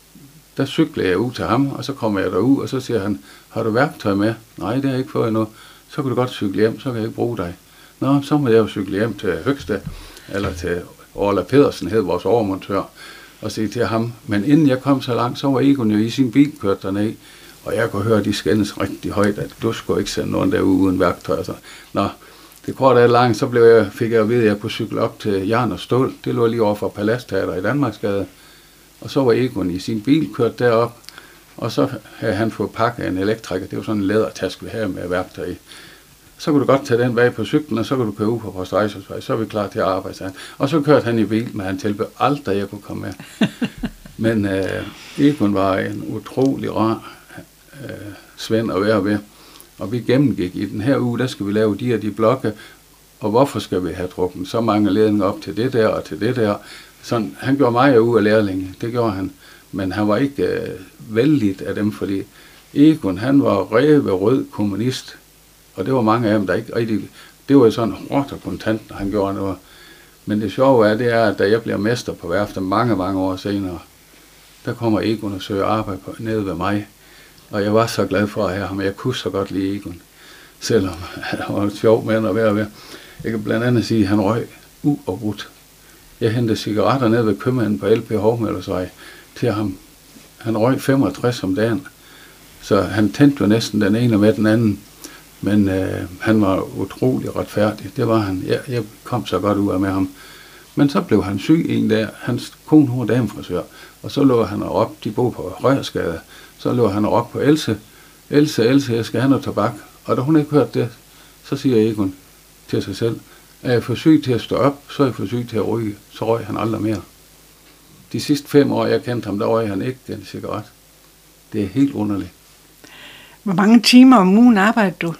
der cyklede jeg ud til ham, og så kommer jeg derud, og så siger han, har du værktøj med? Nej, det har jeg ikke fået endnu. Så kan du godt cykle hjem, så kan jeg ikke bruge dig. Nå, så må jeg jo cykle hjem til Høgsted, eller til Orla Pedersen, hed vores overmontør, og sige til ham. Men inden jeg kom så langt, så var Egon jo i sin bil kørt derned, og jeg kunne høre, at de skændes rigtig højt, at du skulle ikke sende nogen derude uden værktøj. Så, nå, det korte af langt, så blev jeg, fik jeg at vide, at jeg kunne cykle op til Jern og Stål. Det lå lige over for Paladsteater i Danmarksgade. Og så var Egon i sin bil kørt derop, og så havde han fået pakket en elektriker. Det var sådan en lædertaske, vi havde med værktøj i. Så kunne du godt tage den bag på cyklen, og så kunne du køre ud på Post Rejsersvej. Så er vi klar til at arbejde. Og så kørte han i bil, men han tilbød aldrig, jeg kunne komme med. Men øh, Egon var en utrolig rar øh, svend at være ved. Og vi gennemgik i den her uge, der skal vi lave de og de blokke. Og hvorfor skal vi have drukket så mange ledninger op til det der og til det der? Sådan, han gjorde mig ud af lærlinge, det gjorde han. Men han var ikke øh, vældigt af dem, fordi Egon, han var ræve rød kommunist. Og det var mange af dem, der ikke rigtig... Det var jo sådan hårdt og kontant, når han gjorde noget. Men det sjove er, det er, at da jeg bliver mester på værftet mange, mange år senere, der kommer Egon og søger arbejde på, nede ved mig. Og jeg var så glad for at have ham, jeg kunne så godt lide Egon. Selvom han var en sjov mand at være ved. Jeg kan blandt andet sige, at han røg uafbrudt. Jeg hentede cigaretter ned ved købmanden på L P Hovmøllersvej til ham. Han røg femogtres om dagen. Så han tændte jo næsten den ene med den anden. Men øh, han var utrolig retfærdig. Det var han. Jeg, jeg kom så godt ud af med ham. Men så blev han syg en dag. Hans kone, hun var damefrisør. Og så lå han op. De boede på Rørsgade. Så lå han op på Else. Else, Else, jeg skal have noget tobak. Og da hun ikke hørte det, så siger Egon til sig selv, er jeg for syg til at stå op, så er jeg for syg til at ryge. Så røg han aldrig mere. De sidste fem år, jeg kendte ham, der røg han ikke en cigaret. Det er helt underligt. Hvor mange timer om ugen arbejdede du?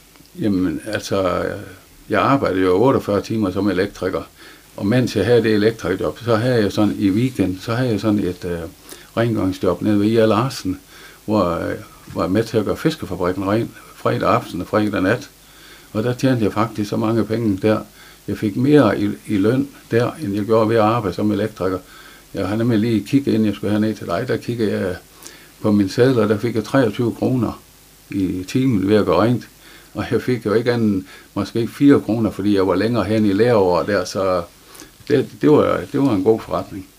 Jamen, altså, jeg arbejdede jo otteogfyrre timer som elektriker. Og mens jeg havde det elektrikerjob, så havde jeg sådan i weekend, så havde jeg sådan et uh, rengøringsjob nede ved I A Larsen, hvor jeg uh, var med til at gøre fiskefabrikken ren fredag aften og fredag nat. Og der tjente jeg faktisk så mange penge der. Jeg fik mere i, i løn der, end jeg gjorde ved at arbejde som elektriker. Jeg har nemlig lige kigget, inden jeg skulle herned til dig, der kiggede jeg på min sædler, der fik jeg treogtyve kroner i timen ved at gå rent. Og jeg fik jo ikke andet måske fire kroner, fordi jeg var længere hen i læreåret der, så det, det, var, det var en god forretning.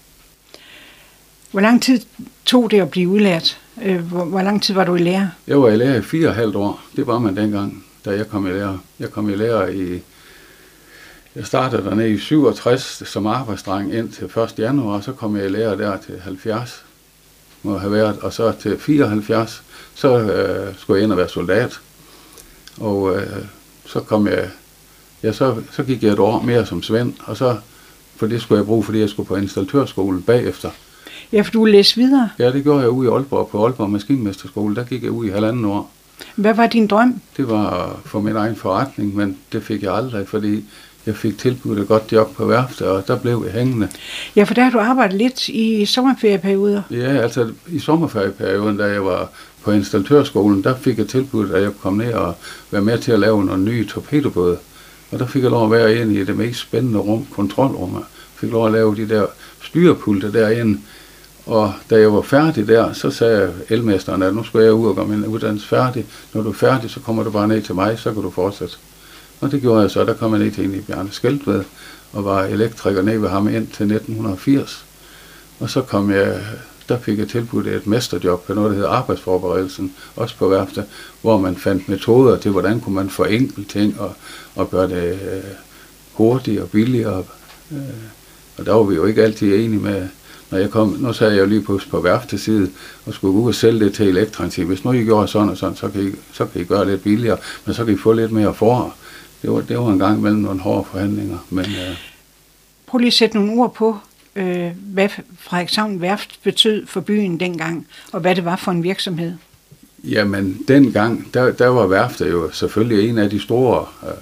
Hvor lang tid tog det at blive udlært? Hvor, hvor lang tid var du i lære? Jeg var i lære i fire og halvt år. Det var man dengang, da jeg kom i lære. Jeg kom i lære i... Jeg startede dernede i syvogtres som arbejdsdreng ind til første januar, og så kom jeg i lære der til halvfjerds, må have været, og så til fireoghalvfjerds, så øh, skulle jeg ind og være soldat. Og øh, så kom jeg, ja, så, så gik jeg et år mere som svend, og så, for det skulle jeg bruge, fordi jeg skulle på installatørskolen bagefter. Ja, for du læste videre? Ja, det gjorde jeg ude i Aalborg, på Aalborg Maskinmesterskole, der gik jeg ud i halvanden år. Hvad var din drøm? Det var for min egen forretning, men det fik jeg aldrig, fordi jeg fik tilbudt et godt job på værftet, og der blev jeg hængende. Ja, for der har du arbejdet lidt i sommerferieperioder. Ja, altså i sommerferieperioden, da jeg var på installatørskolen, der fik jeg tilbudt, at jeg kom ned og være med til at lave nogle nye torpedobåde. Og der fik jeg lov at være inde i det mest spændende rum, kontrolrummet. Fik lov at lave de der styrepulte derinde. Og da jeg var færdig der, så sagde elmesteren, at nu skal jeg ud og gøre min uddannelse færdig. Når du er færdig, så kommer du bare ned til mig, så kan du fortsætte. Og det gjorde jeg så. Der kom jeg ned til en i Bjarne Skeltved, og var elektriker ned ved ham ind til nitten firs. Og så kom jeg, der fik jeg tilbudt et mesterjob på noget, der hedder arbejdsforberedelsen, også på værftet, hvor man fandt metoder til, hvordan kunne man forenkle ting og, og gøre det øh, hurtigere og billigere. Øh, og der var vi jo ikke altid enige med, når jeg kom, nu sad jeg jo lige på, på værftets side og skulle gå ud og sælge det til elektrikeren. Hvis nu I gjorde sådan og sådan, så kan I, så kan I gøre det lidt billigere, men så kan I få lidt mere for. Det var, det var en gang mellem nogle hårde forhandlinger. Men, øh... Prøv lige at sætte nogle ord på, øh, hvad Frederikshavn Værft betød for byen dengang, og hvad det var for en virksomhed. Jamen, dengang, der, der var værftet jo selvfølgelig en af de store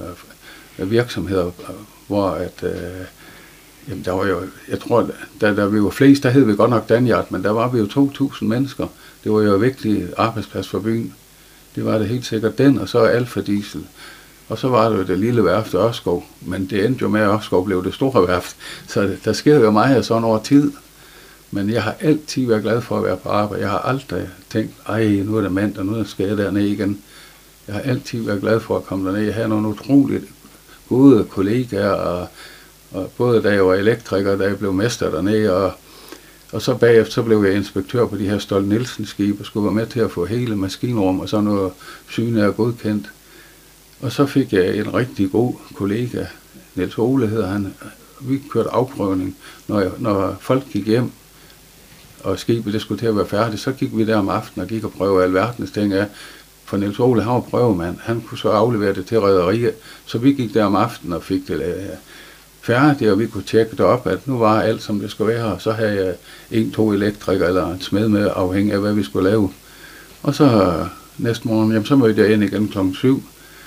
øh, virksomheder, hvor at... Øh, Jamen, der var jo, jeg tror, da, da vi var flest, der hed vi godt nok Danjart, men der var vi jo to tusind mennesker. Det var jo en vigtig arbejdsplads for byen. Det var det helt sikkert den, og så Alfa Diesel. Og så var det jo det lille værft Ørskov, men det endte jo med, at Ørskov blev det store værft. Så der sker jo meget sådan over tid. Men jeg har altid været glad for at være på arbejde. Jeg har aldrig tænkt, ej, nu er det mandag, nu skal jeg derned igen. Jeg har altid været glad for at komme derned. Jeg havde nogle utroligt gode kollegaer, og Og både da jeg var elektriker, da jeg blev mester dernede, og, og så bagefter så blev jeg inspektør på de her Stolt-Nielsen-skibe, og skulle være med til at få hele maskinrum og sådan noget syne og godkendt. Og så fik jeg en rigtig god kollega, Niels Ole hedder han. Vi kørte afprøvning, når, jeg, når folk gik hjem, og skibet det skulle til at være færdigt, så gik vi der om aftenen og gik og prøvede alverdens ting af. For Niels Ole, han var prøvemand, han kunne så aflevere det til rederiet, så vi gik der om aftenen og fik det færdigt, og vi kunne tjekke det op, at nu var alt, som det skulle være, og så havde jeg en, to elektrikere eller en smed med, afhængig af, hvad vi skulle lave. Og så næste morgen, jamen, så mødte jeg ind igen klokken syv,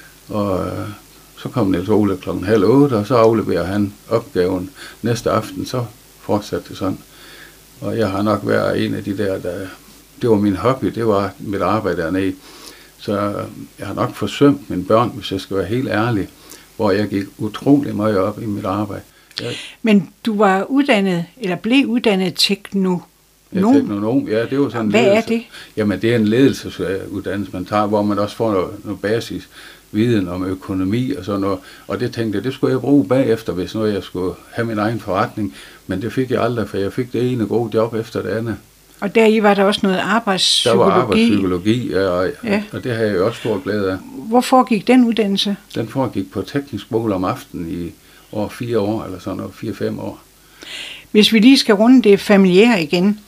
og så kom Niels Ole klokken halv otte, og så afleverer han opgaven næste aften, så fortsatte det sådan. Og jeg har nok været en af de der, der det var min hobby, det var mit arbejde dernede. Så jeg har nok forsømt mine børn, hvis jeg skal være helt ærlig, hvor jeg gik utrolig meget op i mit arbejde. Jeg, Men du var uddannet, eller blev uddannet teknonom? Ja, teknonom, ja, det var sådan en Hvad ledelse. er det? Jamen, det er en ledelsesuddannelse, man tager, hvor man også får noget, noget basis viden om økonomi og sådan noget. Og det tænkte jeg, det skulle jeg bruge bagefter, hvis noget jeg skulle have min egen forretning. Men det fik jeg aldrig, for jeg fik det ene gode job efter det andet. Og deri var der også noget arbejdspsykologi? Der var arbejdspsykologi, og, ja. og det har jeg jo også stor glæde af. Hvor foregik den uddannelse? Den foregik på teknisk skole om aftenen i over fire år, eller sådan noget, fire-fem år. Hvis vi lige skal runde det familiære igen.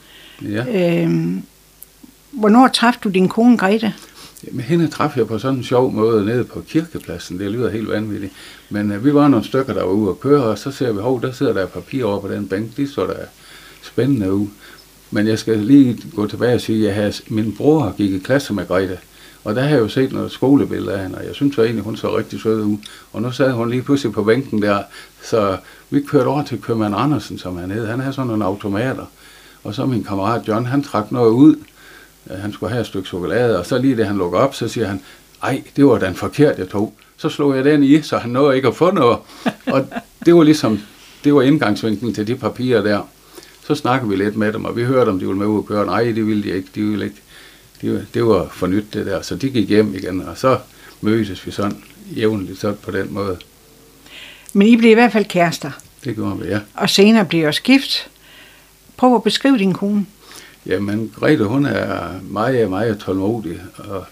Ja. Øhm, hvornår traf du din kone Grete? Jamen, hende traf jeg på sådan en sjov måde nede på kirkepladsen. Det lyder helt vanvittigt. Men øh, vi var nogle stykker, der var ude at køre, og så ser vi, hov, der sidder der papir over på den bænk. De så der spændende ud. Men jeg skal lige gå tilbage og sige, at jeg havde, min bror gik i klasse med Grete. Og der har jeg jo set noget skolebillede af hende, og jeg synes jo egentlig, hun så rigtig sød ud. Og nu sad hun lige pludselig på bænken der, så vi kørte over til købmand Andersen, som han hed. Han havde sådan nogle automater. Og så min kammerat John, han trak noget ud. Han skulle have et stykke chokolade, og så lige det han lukker op, så siger han, ej, det var den forkert, jeg tog. Så slog jeg den i, så han nåede ikke at få noget. Og det var ligesom, det var indgangsvinklen til de papirer der. Så snakkede vi lidt med dem, og vi hørte, om de ville med ud og køre. Nej, det ville de ikke, de ville ikke. Det, det var for nyt det der, så de gik hjem igen, og så mødtes vi sådan jævnligt sådan på den måde. Men I blev i hvert fald kærester? Det gjorde vi, ja. Og senere blev I også gift. Prøv at beskrive din kone. Jamen, Grete, hun er meget, meget tålmodig, og,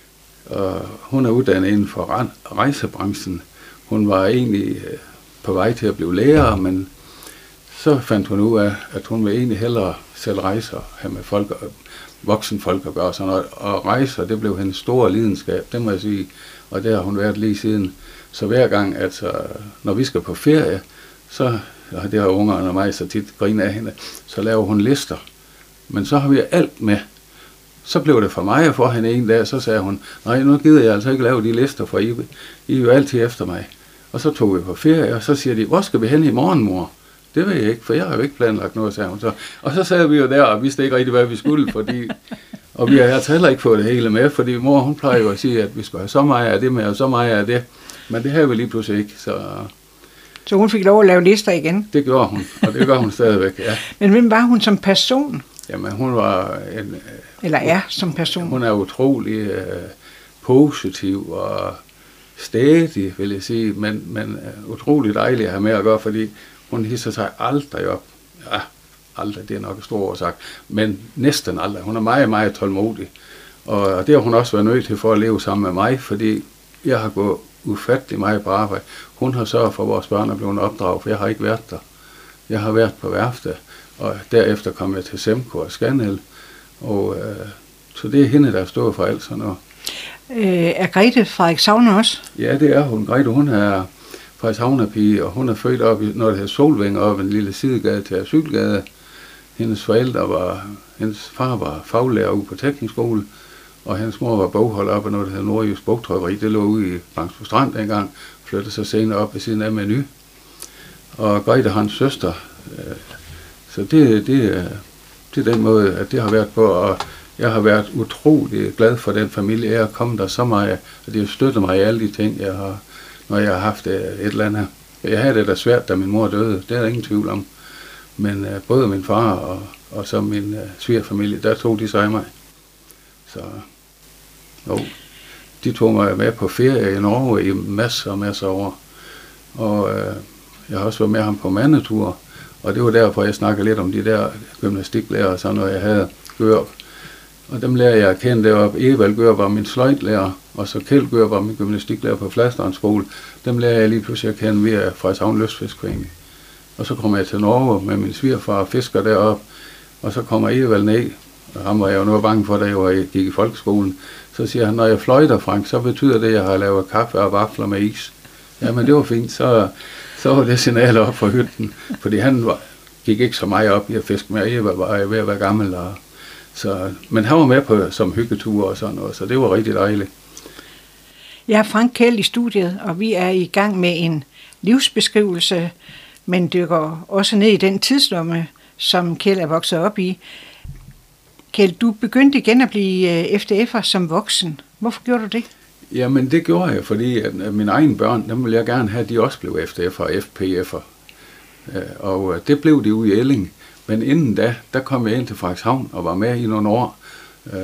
og hun er uddannet inden for rejsebranchen. Hun var egentlig på vej til at blive lærer, men så fandt hun ud af, at hun ville egentlig hellere selv rejse og have med folk, voksen folk at gøre sådan noget. Og rejse, det blev hendes store lidenskab, det må jeg sige, og det har hun været lige siden. Så hver gang, altså, når vi skal på ferie, så, og det har ungerne og mig så tit griner af hende, så laver hun lister. Men så har vi alt med. Så blev det for mig, og for hende en dag, så sagde hun, nej, nu gider jeg altså ikke lave de lister, for I, I er jo altid efter mig. Og så tog vi på ferie, og så siger de, hvor skal vi hen i morgen, mor? Det ved jeg ikke, for jeg har jo ikke planlagt noget, sagde hun så. Og så sad vi jo der, og vidste ikke rigtig, hvad vi skulle, fordi... Og vi har altså heller ikke fået det hele med, fordi mor, hun plejer jo at sige, at vi skal have så meget af det med, og så meget af det. Men det havde vi lige pludselig ikke, så... Så hun fik lov at lave lister igen? Det gjorde hun, og det gør hun stadigvæk, ja. Men hvem var hun som person? Jamen, hun var en... Eller er som person? Hun er utrolig uh, positiv og stædig, vil jeg sige, men, men uh, utrolig dejlig at have med at gøre, fordi hun hisser sig aldrig op. Ja, aldrig, det er nok et stort ord sagt, men næsten aldrig. Hun er meget, meget tålmodig, og det har hun også været nødt til for at leve sammen med mig, fordi jeg har gået ufattelig meget på arbejde. Hun har sørget for, at vores børn er blevet opdraget, for jeg har ikke været der. Jeg har været på værftet, og derefter kom jeg til Semco og Scanel, og øh, så det er hende, der står for alt sådan noget. Øh, er Grete Frederikshavn også? Ja, det er hun. Grete, hun er Frederikshavner-pige, og hun er født op i, når det hedder Solvænge, op en lille sidegade til Asylgade. Hendes forældre var, hendes far var faglærer ude på teknisk skole, og hendes mor var bogholder op af noget, der hedder Nordjysk Bogtrykkeri. Det lå ude i Bangsbo Strand dengang, flyttede sig senere op ved siden af Meny. Og Grete har en søster, så det, det, det er den måde, at det har været på, og jeg har været utrolig glad for den familie. Jeg er kommet der så meget, og det har støttet mig i alle de ting, jeg har, når jeg har haft et eller andet. Jeg havde det da svært, da min mor døde, det er der ingen tvivl om. Men uh, både min far og, og så min uh, svigerfamilie, der tog de sig af mig. Så jo, de tog mig med på ferie i Norge i masser og masser af år. Og uh, jeg har også været med ham på mandeture, og det var derfor, jeg snakker lidt om de der gymnastiklærer og sådan noget, jeg havde gjort. Og dem lærer jeg at kende deroppe. Evald Gør var min sløjtlærer, og så Kjeld Gør var min gymnastiklærer på Flasterens skole. Dem lærer jeg lige pludselig at kende via Frederikshavn Lystfiskforening. Og så kommer jeg til Norge med min svigerfar og fisker deroppe, og så kommer Evald ned, og ham var jeg jo noget bange for, da jeg, var, jeg gik i folkeskolen. Så siger han, når jeg fløjter, Frank, så betyder det, at jeg har lavet kaffe og vafler med is. Jamen det var fint, så, så var det signaler op for hytten, fordi han var, gik ikke så meget op i at fiske med, Evald var ved at være gammel, og så, men han var med på som hyggeture og sådan noget, så det var rigtig dejligt. Jeg er Frank Kjeld i studiet, og vi er i gang med en livsbeskrivelse, men dykker også ned i den tidslomme, som Kjeld er vokset op i. Kjeld, du begyndte igen at blive F D F'er som voksen. Hvorfor gjorde du det? Jamen det gjorde jeg, fordi at mine egne børn, dem ville jeg gerne have, at de også blev F D F'er og F P F'er. Og det blev de ude i Elling. Men inden da, der kom jeg ind til Frederikshavn og var med i nogle år. Øh,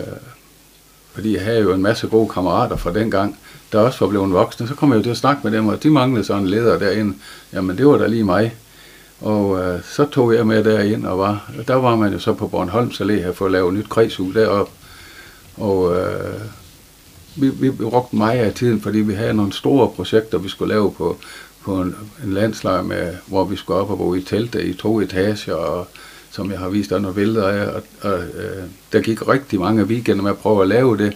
fordi jeg havde jo en masse gode kammerater fra dengang, der også var blevet voksne. Så kom jeg jo til at snakke med dem, og de manglede sådan en leder derinde. Jamen det var da lige mig. Og øh, så tog jeg med derind og var. Der var man jo så på Bornholms Allé her for at lave et nyt kredshus deroppe. Og øh, vi, vi brugte meget af tiden, fordi vi havde nogle store projekter, vi skulle lave på, på en, en landslejr, med, hvor vi skulle op og bo i telte i to etager, og som jeg har vist der nogle billeder af, og, og øh, der gik rigtig mange weekender med at prøve at lave det.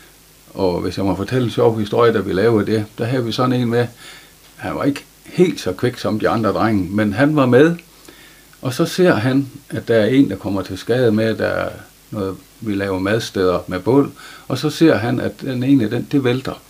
Og hvis jeg må fortælle en sjov historie, da vi lavede det, der havde vi sådan en med, han var ikke helt så kvik som de andre drenge, men han var med, og så ser han, at der er en, der kommer til skade med, at der er noget, vi laver madsteder med bål, og så ser han, at den ene, den, det vælter.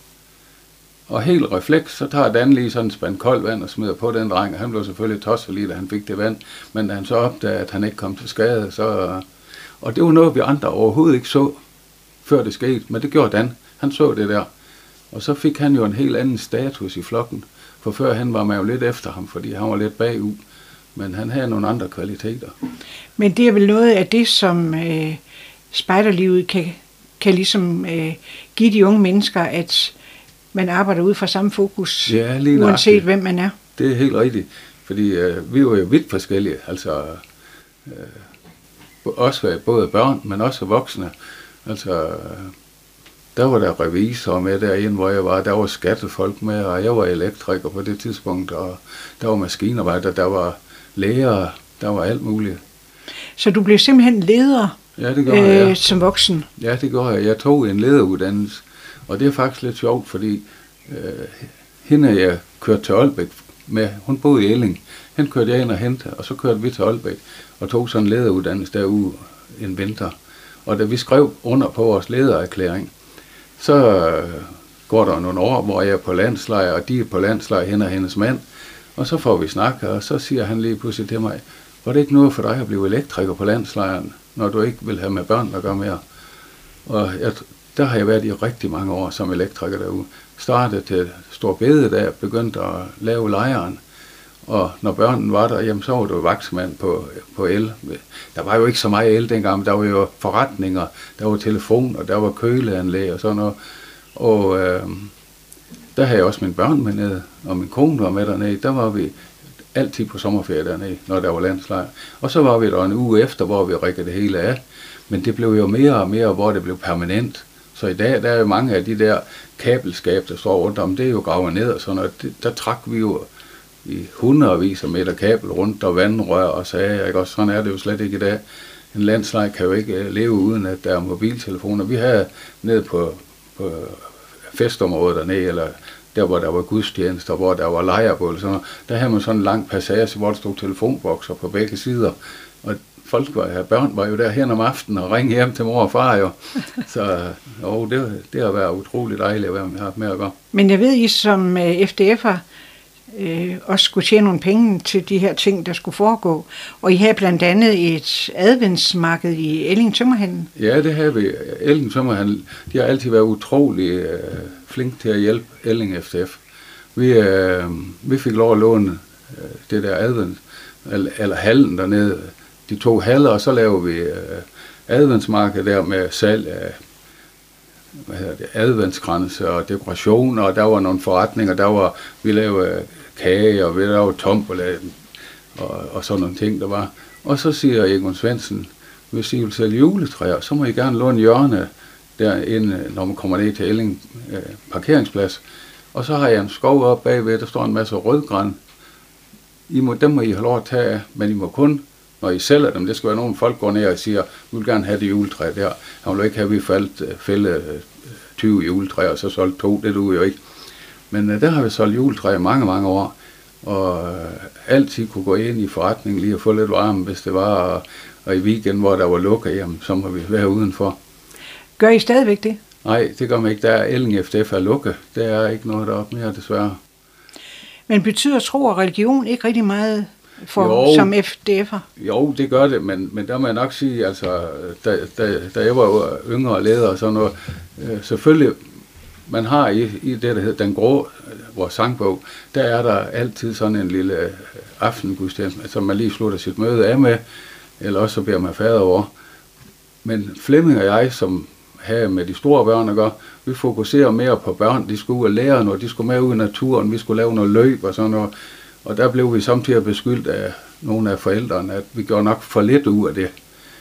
Og helt refleks, så tager Dan lige sådan en spand koldt vand og smider på den dreng, og han blev selvfølgelig tosset lige, da han fik det vand, men da han så opdagede, at han ikke kom til skade, så... Og det var noget, vi andre overhovedet ikke så, før det skete, men det gjorde Dan. Han så det der. Og så fik han jo en helt anden status i flokken, for før han var man jo lidt efter ham, fordi han var lidt bagud, men han havde nogle andre kvaliteter. Men det er vel noget af det, som øh, spejderlivet kan, kan ligesom øh, give de unge mennesker, at man arbejder ud fra samme fokus, ja, lige uanset hvem man er. Det er helt rigtigt, fordi øh, vi var jo vidt forskellige, altså øh, også både børn, men også voksne. Altså, øh, der var der revisorer med derinde, hvor jeg var, der var skattefolk med, og jeg var elektriker på det tidspunkt, og der var maskinarbejder, der var læger, der var alt muligt. Så du blev simpelthen leder, ja, det gjorde øh, jeg, ja. som voksen? Ja, det gjorde jeg. Jeg tog en lederuddannelse. Og det er faktisk lidt sjovt, fordi øh, hende jeg kørte til Aalbæk med, hun boede i Elling. Hende kørte jeg ind og hente, og så kørte vi til Aalbæk og tog sådan en lederuddannelse derude en vinter. Og da vi skrev under på vores ledererklæring, så, går der nogle år, hvor jeg er på landslejr, og de er på landslejr, hende og hendes mand. Og så får vi snakket, og så siger han lige pludselig til mig, var det ikke noget for dig at blive elektriker på landslejren, når du ikke vil have med børn at gøre mere? Og jeg, der har jeg været i rigtig mange år som elektriker derude. Startede til Stor Bededag, begyndte at lave lejren. Og når børnene var der, jamen, så var du vaksmand på, på el. Der var jo ikke så meget el dengang, men der var jo forretninger, der var telefoner, der var køleanlæg og sådan noget. Og øh, der havde jeg også mine børn med nede, og min kone var med dernede. Der var vi altid på sommerferie dernede, når der var landslejr. Og så var vi der en uge efter, hvor vi rikkede det hele af. Men det blev jo mere og mere, hvor det blev permanent. Så i dag, der er jo mange af de der kabelskab, der står rundt om, det er jo gravet ned og sådan noget. Det, der trak vi jo i hundredvis af meter kabel rundt og vandrør og sager, ikke? Og sådan er det jo slet ikke i dag. En landslejr kan jo ikke leve uden, at der er mobiltelefoner. Vi havde nede på, på festområdet dernede, eller der hvor der var gudstjenester, hvor der var lejrebål, sådan noget, der havde man sådan en lang passage, hvor der stod telefonbokser på begge sider. Og folk var, her børn var jo der hen om aftenen og ringe hjem til mor og far jo. Så jo, det, det har været utroligt dejligt at være med, med at gøre. Men jeg ved, I som F D F'er øh, også skulle tjene nogle penge til de her ting, der skulle foregå. Og I havde blandt andet et adventsmarked i Elling Tømmerhandel. Ja, det havde vi. Elling Tømmerhandel, de har altid været utrolig øh, flinke til at hjælpe Elling F D F. Vi, øh, vi fik lov at låne øh, det der advent, eller, eller hallen dernede, de to haller, og så lavede vi øh, adventsmarked der med salg af hvad hedder det, adventskranse og dekorationer, og der var nogle forretninger, der var, vi lavede kage, og vi lavede tombola, og, og sådan nogle ting, der var. Og så siger Egon Svendsen, hvis I vil sælge juletræer, så må I gerne låne hjørne derinde, når man kommer ned til Elling øh, parkeringsplads. Og så har jeg en skov op bagved, der står en masse rødgran. I må, dem må I have lov at tage af, men I må kun, når I sælger dem, det skal være nogen folk går ned og siger, vi vil gerne have det juletræ der. Han vil ikke have, at vi faldt fælde tyve juletræer, og så solgte to, det duer jo ikke. Men uh, der har vi solgt juletræ i mange, mange år, og uh, altid kunne gå ind i forretningen lige og få lidt varme, hvis det var, og, og i weekend, hvor der var lukket, jamen, så må vi være udenfor. Gør I stadigvæk det? Nej, det gør man ikke. Der er Elling F D F er lukket. Der er ikke noget deroppe mere, desværre. Men betyder tro og religion ikke rigtig meget for, jo, som F D F'er? Jo, det gør det, men, men der må jeg nok sige, altså, da, da, da jeg var yngre leder og sådan noget, øh, selvfølgelig, man har i, i det, der hedder Den Grå, vores sangbog, der er der altid sådan en lille aftengudstjeneste, som man lige slutter sit møde af med, eller også så beder man fader over. Men Flemming og jeg, som havde med de store børn at gøre, vi fokuserer mere på børn, de skulle ud og lære noget, de skulle med ud i naturen, vi skulle lave noget løb og sådan noget. Og der blev vi samtidig beskyldt af nogle af forældrene, at vi gjorde nok for lidt ud af det,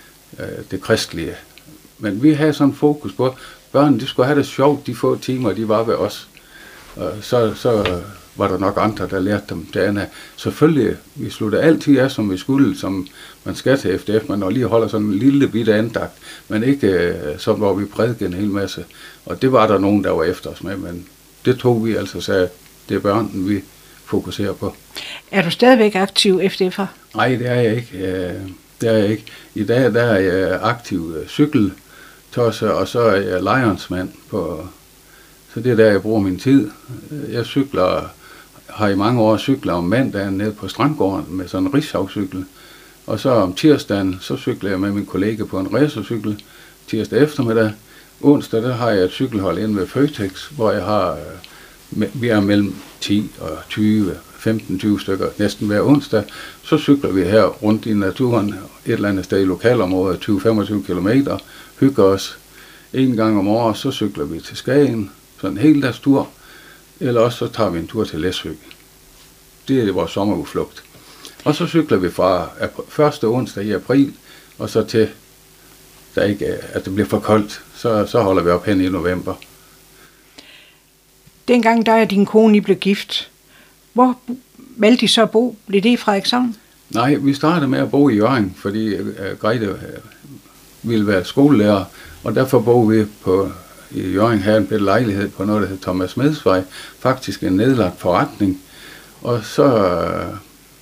det kristelige. Men vi havde sådan fokus på, at børnene de skulle have det sjovt, de få timer, de var ved os. Og så, så var der nok andre, der lærte dem det andet. Selvfølgelig, vi sluttede altid af, som vi skulle, som man skal til F D F, men når lige holder sådan en lille bitte andagt, men ikke sådan, hvor vi prædikede en hel masse. Og det var der nogen, der var efter os med, men det tog vi altså, så det er børnene, vi fokuserer på. Er du stadigvæk aktiv F D F'er? Nej, det er jeg ikke. Det er jeg ikke. I dag der er jeg aktiv cykeltosser, og så er jeg lejonsmand på. Så det er der, jeg bruger min tid. Jeg cykler, har i mange år cykler om mandagen ned på Strandgården med sådan en rigshavcykel. Og så om tirsdagen, så cykler jeg med min kollega på en racercykel tirsdag eftermiddag. Onsdag, der har jeg et cykelhold inde ved Føtex, hvor jeg har, vi er mellem ti og tyve, femten tyve stykker næsten hver onsdag. Så cykler vi her rundt i naturen, et eller andet sted i lokalområdet, tyve til femogtyve kilometer, hygger os. En gang om året, så cykler vi til Skagen, sådan en hel dags tur, eller også så tager vi en tur til Læsø. Det er vores sommerudflugt. Og så cykler vi fra første onsdag i april, og så til, der ikke, at det bliver for koldt, så, så holder vi op hen i november. Dengang der din kone I blev gift, hvor valgte I så at bo? Blev det i Frederikshavn? Nej, vi startede med at bo i Hjørring, fordi uh, Grete uh, ville være skolelærer, og derfor boede vi på i Hjørring, havde en bedre lejlighed på noget, der hed Thomas Medsvej, faktisk en nedlagt forretning. Og så, uh,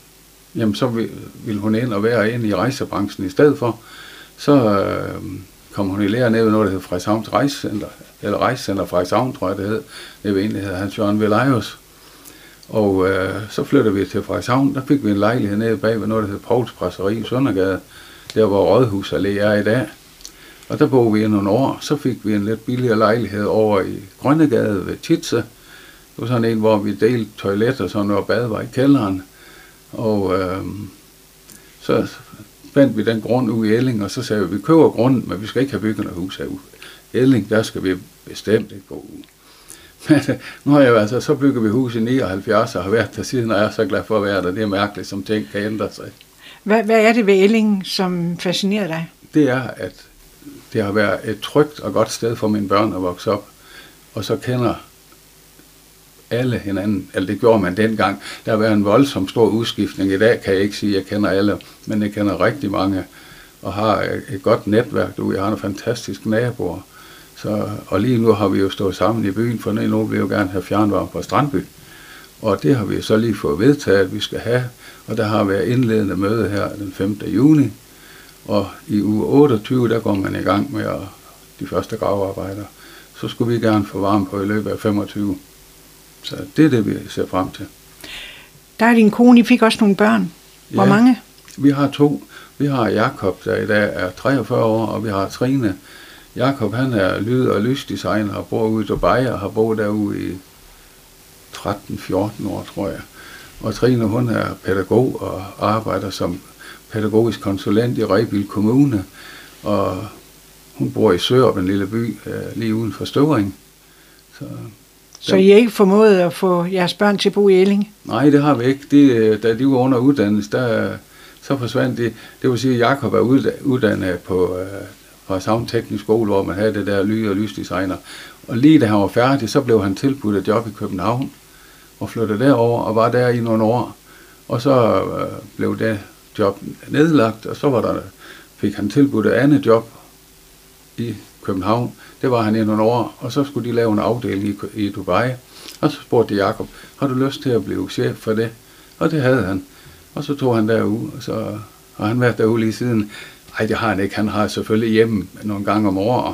jamen, så ville hun ind og være inde i rejsebranchen i stedet for. Så uh, kom hun i lære nede ved noget, der hed Frederikshavns Rejsecenter, eller Rejsecenter Frederikshavn, tror jeg det hed. Det var egentlig, hedder Hans Jørgen Velejus. Og øh, så flyttede vi til Frederikshavn, der fik vi en lejlighed nede bag ved noget, der hed Pauls Brasserie i Søndergade, der hvor Rådhus Allé er i dag. Og der boede vi i nogle år, så fik vi en lidt billigere lejlighed over i Grønnegade ved Titse. Det var sådan en, hvor vi delte toilet og sådan noget, og bad var i kælderen. Og øh, så fandt vi den grund ude i Elling, og så sagde vi, vi køber grunden, men vi skal ikke have bygget noget hus herude. Elling, der skal vi bestemt ikke bo ude. Men nu har jeg jo altså, så bygger vi hus i nioghalvfjerds og har været der siden, og jeg er så glad for at være der. Det er mærkeligt, som ting kan ændre sig. Hvad, hvad er det ved Elling, som fascinerer dig? Det er, at det har været et trygt og godt sted for mine børn at vokse op, og så kender alle hinanden, eller det gjorde man dengang. Der har været en voldsom stor udskiftning. I dag kan jeg ikke sige, at jeg kender alle, men jeg kender rigtig mange, og har et godt netværk derude. Jeg har nogle fantastiske naboer. Så, og lige nu har vi jo stået sammen i byen, for nu vil vi jo gerne have fjernvarme på Strandby. Og det har vi så lige fået vedtaget, at vi skal have. Og der har været indledende møde her den femte juni. Og i uge otteogtyve, der går man i gang med at, de første gravearbejder. Så skulle vi gerne få varme på i løbet af femogtyve. Så det er det, vi ser frem til. Der er din kone, I fik også nogle børn. Hvor ja, mange? Vi har to. Vi har Jakob, der i dag er treogfyrre år, og vi har Trine. Jakob, han er lyd- og lysdesigner og bor ude i Dubai og har boet derude i tretten fjorten år, tror jeg. Og Trine, hun er pædagog og arbejder som pædagogisk konsulent i Rebild Kommune. Og hun bor i Sørup, en lille by lige uden for Støvring. Så, Så I har ikke formået at få jeres børn til at bo i Elling? Nej, det har vi ikke. De, da de var under uddannelse, der, så forsvandt de. Det vil sige, at Jakob er uddannet på Frederikshavn Teknisk Skole, hvor man havde det der lyd- og lysdesigner. Og lige da han var færdig, så blev han tilbudt et job i København, og flyttede derover og var der i nogle år. Og så øh, blev det job nedlagt, og så var der, fik han tilbudt et andet job i København. Det var han i nogle år, og så skulle de lave en afdeling i, i Dubai. Og så spurgte de Jakob, har du lyst til at blive chef for det? Og det havde han. Og så tog han derud, og så har han været derude lige siden. Ej, det har han ikke. Han har selvfølgelig hjemme nogle gange om året.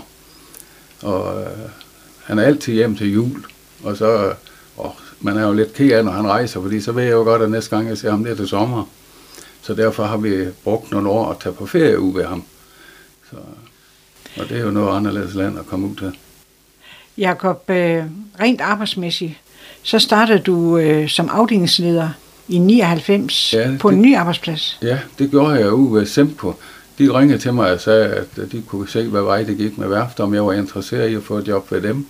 Og øh, han er altid hjem til jul. Og så, øh, man er jo lidt ked af, når han rejser, fordi så ved jeg jo godt, at næste gang jeg ser ham, det er til sommer. Så derfor har vi brugt nogle år at tage på ferie ude ved ham. Så, og det er jo noget anderledes land at komme ud til. Jakob, øh, rent arbejdsmæssigt, så startede du øh, som afdelingsleder i nioghalvfems ja, på det, en ny arbejdsplads. Ja, det gjorde jeg ude ved Semco. De ringede til mig og sagde, at de kunne se, hvad vej det gik med værft, om jeg var interesseret i at få et job ved dem.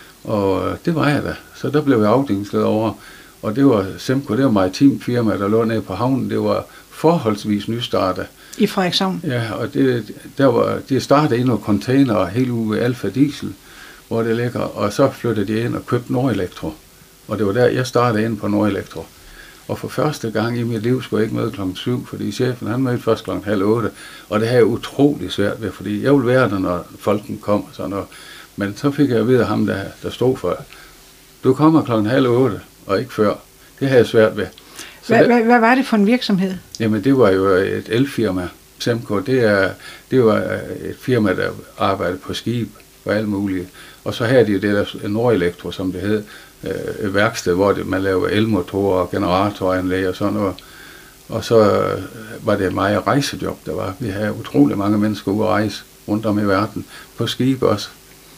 Og det var jeg da. Så der blev jeg afdelingsleder over. Og det var Semco, det var maritimt firma, der lå nede på havnen. Det var forholdsvis nystartet. I Frederikshavn? Ja, og det, der var, de startede ind i container helt ude ved Alfa Diesel, hvor det ligger. Og så flyttede de ind og købte Nordelektro. Og det var der, jeg startede ind på Nordelektro. Og for første gang i mit liv skulle jeg ikke møde klokken syv, fordi chefen han mødte først klokken halv otte. Og det havde jeg utrolig svært ved, fordi jeg ville være der, når folken kom. Og sådan noget. Men så fik jeg at vide af ham, der, der stod for, du kommer klokken halv otte, og ikke før. Det havde jeg svært ved. Hvad, det, hvad, hvad var det for en virksomhed? Jamen det var jo et elfirma. Semco, det, er, det var et firma, der arbejdede på skib og alt muligt. Og så havde de det der Nordelektro, som det hed, et værksted, hvor det, man lavede elmotorer og generatoranlæg og sådan noget. Og så var det meget rejsejob, der var. Vi havde utrolig mange mennesker ude at rejse rundt om i verden, på skib også.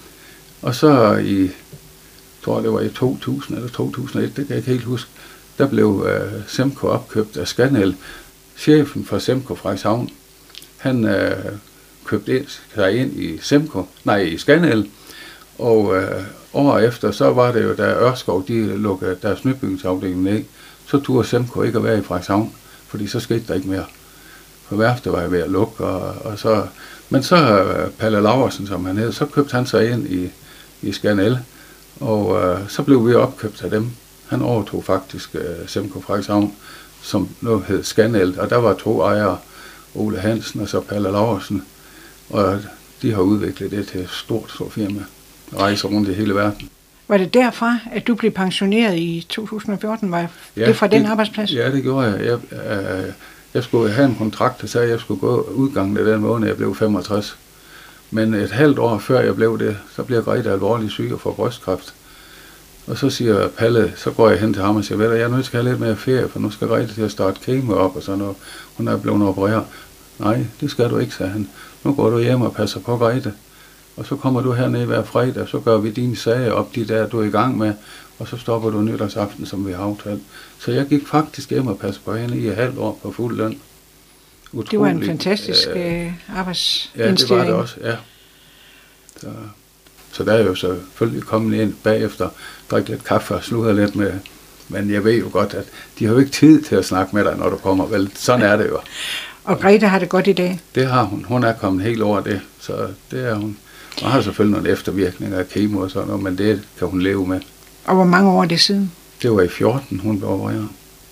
Og så i, jeg tror det var i to tusind eller to tusind og et, det kan jeg ikke helt huske, der blev uh, Semco opkøbt af Scanel. Chefen for Semco Frederikshavn, han uh, købte ind, sig ind i Semco, nej i Scanel, og uh, året efter, så var det jo, da Ørskov, de lukkede deres nybygningsafdeling ned, så turde Semco ikke at være i Frederikshavn, fordi så skete der ikke mere. For værftet var jeg ved at lukke, og, og så, men så uh, Palle Laursen, som han hed, så købte han sig ind i, i Scanel, og uh, så blev vi opkøbt af dem. Han overtog faktisk uh, Semco Frederikshavn, som nu hed Scanel, og der var to ejere, Ole Hansen og så Palle Laursen, og de har udviklet det til et stort, stort firma. Rejser rundt i hele verden. Var det derfra, at du blev pensioneret i to tusind og fjorten? Var ja, det fra det, den arbejdsplads? Ja, det gjorde jeg. Jeg, øh, jeg skulle have en kontrakt, der sagde, at jeg skulle gå udgangen af den måned, jeg blev femogtres. Men et halvt år før jeg blev det, så bliver Grete alvorligt syg og får brystkræft. Og så siger Palle, så går jeg hen til ham og siger, ved du, jeg er nødt til at have lidt mere ferie, for nu skal Grete til at starte kemo op og sådan noget. Hun er blevet opereret. Nej, det skal du ikke, sagde han. Nu går du hjem og passer på Grete. Og så kommer du herned hver fredag, så gør vi dine sager op, de der, du er i gang med, og så stopper du nytårsaften, som vi har aftalt. Så jeg gik faktisk hjem og passede på hende i et halvt år på fuld løn. Utrolig, det var en fantastisk øh, arbejdsindstilling. Ja, det var det også, ja. Så, så der er jo selvfølgelig kommet ind bagefter, drikke lidt kaffe og sludre lidt med, men jeg ved jo godt, at de har jo ikke tid til at snakke med dig, når du kommer. Vel, sådan er det jo. Og Grete har det godt i dag? Det har hun. Hun er kommet helt over det, så det er hun. Hun har selvfølgelig nogle eftervirkninger af kemo og sådan noget, men det kan hun leve med. Og hvor mange år er det siden? Det var i fjorten, hun blev opereret.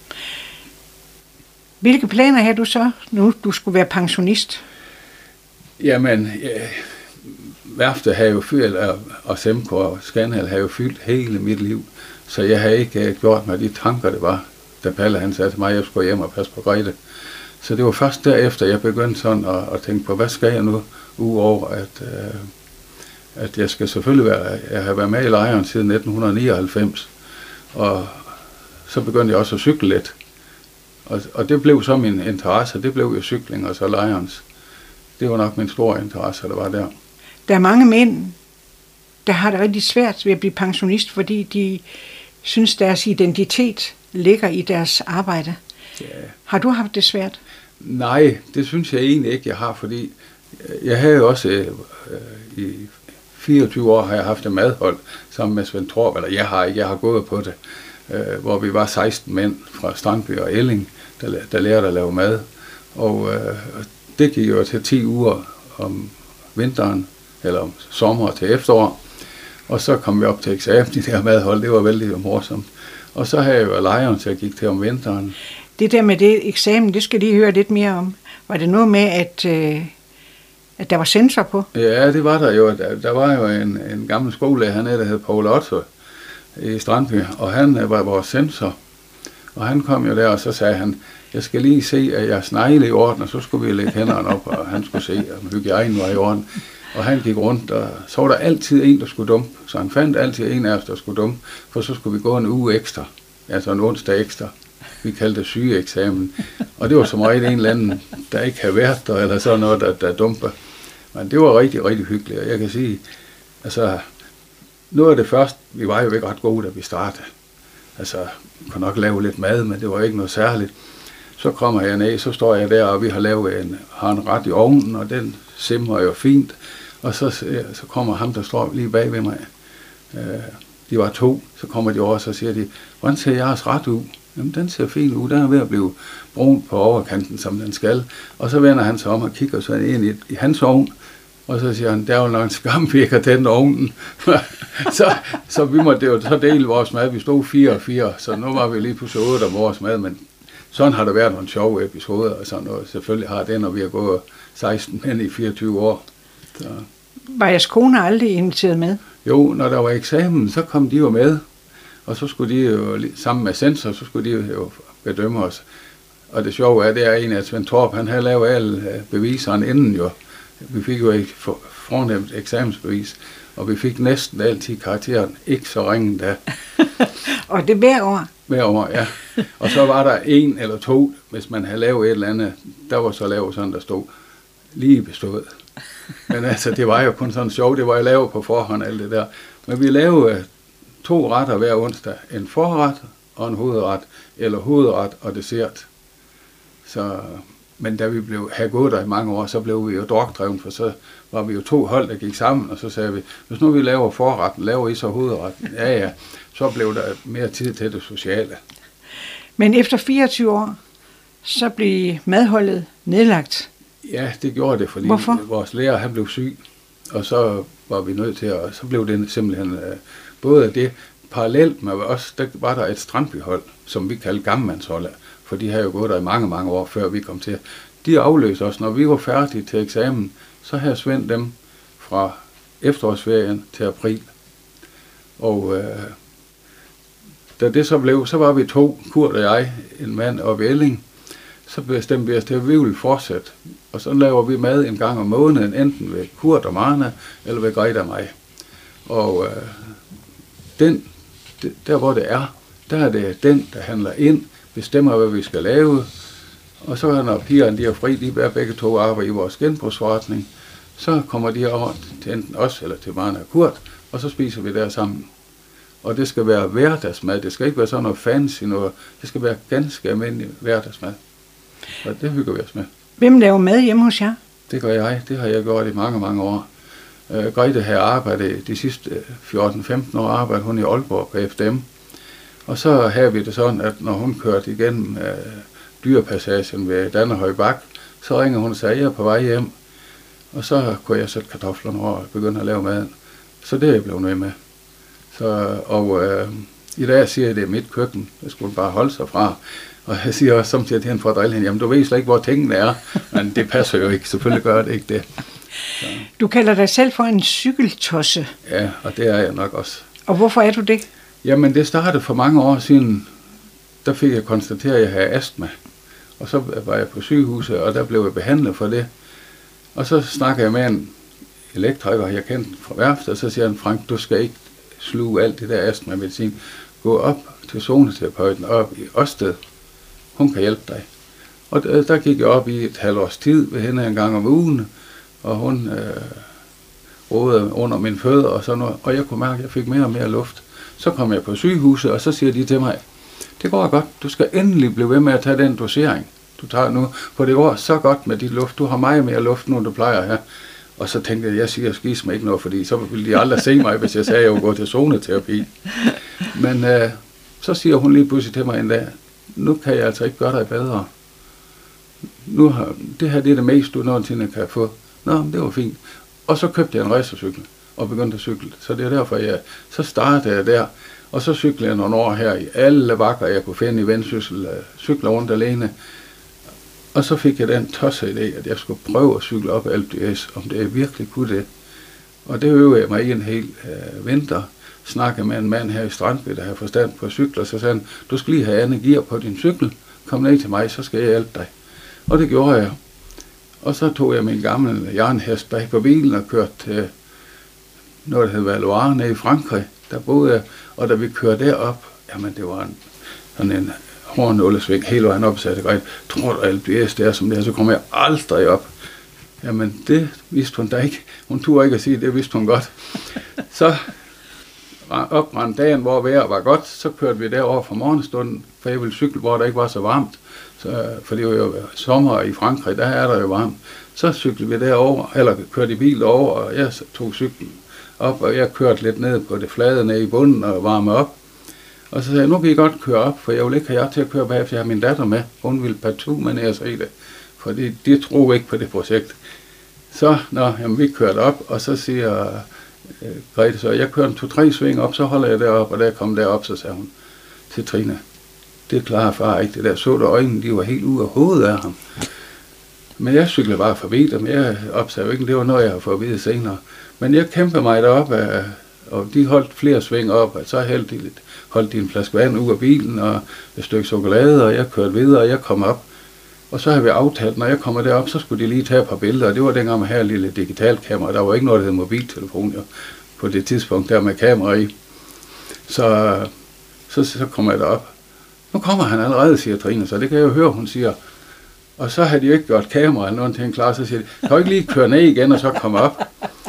Hvilke planer havde du så, nu du skulle være pensionist? Jamen, ja, værftet har jo fyldt, og, og Semco og Scanhal har jo fyldt hele mit liv, så jeg har ikke gjort mig de tanker, det var, da Palle han sagde til mig, at jeg skulle hjem og passe på Grete. Så det var først derefter, jeg begyndte sådan at, at tænke på, hvad skal jeg nu, udover at, øh, at jeg skal selvfølgelig være, jeg har været med i lejren siden nitten nioghalvfems, og så begyndte jeg også at cykle lidt. Og, og det blev så min interesse, det blev jo cykling og så lejrens. Det var nok min store interesse, der var der. Der er mange mænd, der har det rigtig svært ved at blive pensionist, fordi de synes, deres identitet ligger i deres arbejde. Ja. Har du haft det svært? Nej, det synes jeg egentlig ikke, jeg har, fordi jeg har jo også øh, i fireogtyve år har jeg haft et madhold sammen med Svend Torp, eller jeg har ikke, jeg har gået på det, øh, hvor vi var seksten mænd fra Strandby og Elling, der, der lærte at lave mad. Og øh, det gik jo til ti uger om vinteren, eller om sommer til efterår. Og så kom vi op til eksamen i det her madhold, det var vældig morsomt. Og så havde jeg jo lejren, så jeg gik til om vinteren. Det der med det eksamen, det skal lige høre lidt mere om. Var det noget med, at, øh, at der var sensor på? Ja, det var der jo. Der, der var jo en, en gammel skolelærer hernede, der hed Poul Otto i Strandby, og han var vores sensor. Og han kom jo der, og så sagde han, jeg skal lige se, at jeg snegle i orden, og så skulle vi lægge hænderne op, og han skulle se, om hygiejnen var i orden. Og han gik rundt, og så var der altid en, der skulle dumpe. Så han fandt altid en af os, der skulle dumpe, for så skulle vi gå en uge ekstra. Altså en onsdag ekstra. Vi kaldte det sygeeksamen. Og det var som regel en eller anden, der ikke havde været der, eller sådan noget, der, der dumper. Men det var rigtig, rigtig hyggeligt. Og jeg kan sige, altså, noget af det første, vi var jo ikke ret gode, da vi startede. Altså, vi kunne nok lave lidt mad, men det var ikke noget særligt. Så kommer jeg ned, så står jeg der, og vi har lavet en, har en ret i ovnen, og den simmer jo fint. Og så, så kommer ham, der står lige bag ved mig. De var to, så kommer de over, og så siger de, hvordan ser jeres ret ud? Jamen, den ser fin ud, den er ved at blive brun på overkanten, som den skal. Og så vender han sig om og kigger så ind i, i hans ovn, og så siger han, der er jo nok en skam, vi ikke har tændt ovnen. så, så vi måtte jo så dele vores mad, vi stod fire og fire, så nu var vi lige på så otte af vores mad, men sådan har der været nogle sjove episoder, og sådan noget. Selvfølgelig har det, når vi har gået seksten mænd i fireogtyve år. Så. Var jeres kone aldrig inviteret med? Jo, når der var eksamen, så kom de jo med. Og så skulle de jo, sammen med sensor, så skulle de jo bedømme os. Og det sjove er, det er en af Svend Torp, han havde lavet alle beviserne inden jo. Vi fik jo ikke fornemt eksamensbevis, og vi fik næsten altid karakteren, ikke så ringe da. Og det hver år? Hver år, ja. Og så var der en eller to, hvis man havde lavet et eller andet, der var så lavet sådan, der stod lige bestået. Men altså, det var jo kun sådan sjovt, det var jo lavet på forhånd, alt det der. Men vi lavede to retter hver onsdag, en forret og en hovedret, eller hovedret og dessert. Så, men da vi blev, havde gået der i mange år, så blev vi jo drukdreven, for så var vi jo to hold, der gik sammen, og så sagde vi, hvis nu vi laver forretten, laver I så hovedretten? Ja, ja, så blev der mere tid til det sociale. Men efter fireogtyve år, så blev madholdet nedlagt. Ja, det gjorde det, fordi Hvorfor? vores lærer, han blev syg, og så var vi nødt til at, så blev det simpelthen uh, både det, parallelt med os, der var der et Strandbyhold, som vi kaldte gammelmandsholdet, for de havde jo gået der i mange, mange år, før vi kom til. De afløste os, når vi var færdige til eksamen, så havde Svend dem fra efterårsferien til april. Og øh, da det så blev, så var vi to, Kurt og jeg, en mand og Elling. så bestemte vi os til, at vi ville fortsætte. Og så laver vi mad en gang om måneden, enten ved Kurt og Marna, eller ved Grete og mig. Og øh, den, der hvor det er, der er det den, der handler ind, bestemmer, hvad vi skal lave. Og så når pigerne de er fri, de er begge to arbejde i vores genbrugsforretning, så kommer de over til enten os eller til Marna og Kurt, og så spiser vi der sammen. Og det skal være hverdagsmad. Det skal ikke være sådan noget fancy noget. Det skal være ganske almindelig hverdagsmad. Og det hygger vi os med. Hvem laver mad hjemme hos jer? Det gør jeg. Det har jeg gjort i mange, mange år. Uh, Grete har arbejdet de sidste fjorten femten år, arbejdet hun i Aalborg på F D M. Og så havde vi det sådan, at når hun kørte igennem uh, dyrepassagen ved Dannerhøj Bak, så ringer hun og sagde, jeg er på vej hjem. Og så kunne jeg sætte kartoflerne over og begynde at lave maden. Så det er jeg blevet med med. Så, og øh, i dag siger jeg, at det er mit køkken. Det skulle bare holde sig fra. Og jeg siger også samtidig til hende for at drille hende, jamen du ved slet ikke, hvor tingene er. Men det passer jo ikke. Selvfølgelig gør det ikke det. Så. Du kalder dig selv for en cykeltosse. Ja, og det er jeg nok også. Og hvorfor er du det? Jamen det startede for mange år siden. Der fik jeg konstateret, at jeg havde astma. Og så var jeg på sygehuset, og der blev jeg behandlet for det. Og så snakker jeg med en elektriker, jeg kendte fra værftet, og så siger han, Frank, du skal ikke sluge alt det der astma-medicin. Gå op til zoneterapeuten op i Ørsted. Hun kan hjælpe dig. Og der, der gik jeg op i et halvt års tid ved hende en gang om ugen, og hun øh, rådede under mine fødder og sådan noget, og jeg kunne mærke, at jeg fik mere og mere luft. Så kom jeg på sygehuset, og så siger de til mig, det går godt, du skal endelig blive ved med at tage den dosering, du tager nu, for det går så godt med dit luft, du har meget mere luft nu, end du plejer at have. Og så tænkte jeg, jeg siger skis mig ikke noget, fordi så ville de aldrig se mig, hvis jeg sagde, at jeg ville gå til zoneterapi. Men øh, så siger hun lige pludselig til mig en dag, nu kan jeg altså ikke gøre dig bedre. Nu har, det her det er det mest, du nogensinde kan få. Nå, det var fint. Og så købte jeg en racercykel og begyndte at cykle. Så det er derfor, jeg så startede jeg der. Og så cyklede jeg nogle år her i alle bakker, jeg kunne finde i Vendsyssel, cykler rundt alene. Og så fik jeg den tosse idé, at jeg skulle prøve at cykle op Alpe d'Huez, om det virkelig kunne det. Og det øvede jeg mig i en hel øh, vinter. Snakkede med en mand her i Strandby, der har forstand på cykler, så sagde han, du skal lige have andet gear på din cykel, kom ned til mig, så skal jeg hjælpe dig. Og det gjorde jeg. Og så tog jeg min gamle jernhest bag på bilen og kørte til noget, der hed Valois nede i Frankrig. Der boede jeg, og da vi kørte derop, jamen det var en, sådan en hornålesving, hele vejen op, så jeg sagde, tror du, Alpe d'Huez det er som det her, så kommer jeg aldrig op. Jamen det vidste hun da ikke. Hun turde ikke at sige, det vidste hun godt. Så opbrændte dagen, hvor vejret var godt, så kørte vi derover fra morgenstunden, for jeg ville cykle, hvor der ikke var så varmt. Så, for det var jo sommer i Frankrig, der er der jo varmt. Så cyklede vi derover, eller kørte i bil over, og jeg tog cyklen op, og jeg kørte lidt ned på det flade nede i bunden og varme op. Og så sagde jeg, nu kan I godt køre op, for jeg vil ikke have jer til at køre bagefter, jeg har min datter med. Hun ville partout med ned og se det, for de, de tror ikke på det projekt. Så, nå, jamen, vi kørte op, og så siger øh, Grete, så jeg kører en to-tre sving op, så holder jeg derop, og der kom derop, så sagde hun til Trine, det klarer far ikke, det der så der øjnene, de var helt ude af hovedet af ham. Men jeg cyklede bare forbi dem, jeg opsagde ikke, det var noget, jeg har fået at vide senere. Men jeg kæmpede mig derop, og de holdt flere sving op, og så hældte de lidt, holdt de en flaske vand ud af bilen, og et stykke chokolade, og jeg kørte videre, og jeg kom op. Og så havde vi aftalt, når jeg kommer derop, så skulle de lige tage et par billeder, og det var dengang med her lille digitalkamera, der var ikke noget, der hed mobiltelefon jo, på det tidspunkt der med kamera i. Så, så, så kommer jeg derop. Nu kommer han allerede, siger Trine, så det kan jeg jo høre, hun siger. Og så havde de jo ikke gjort kamera eller noget til en klar, så siger de, kan du ikke lige køre ned igen, og så komme op?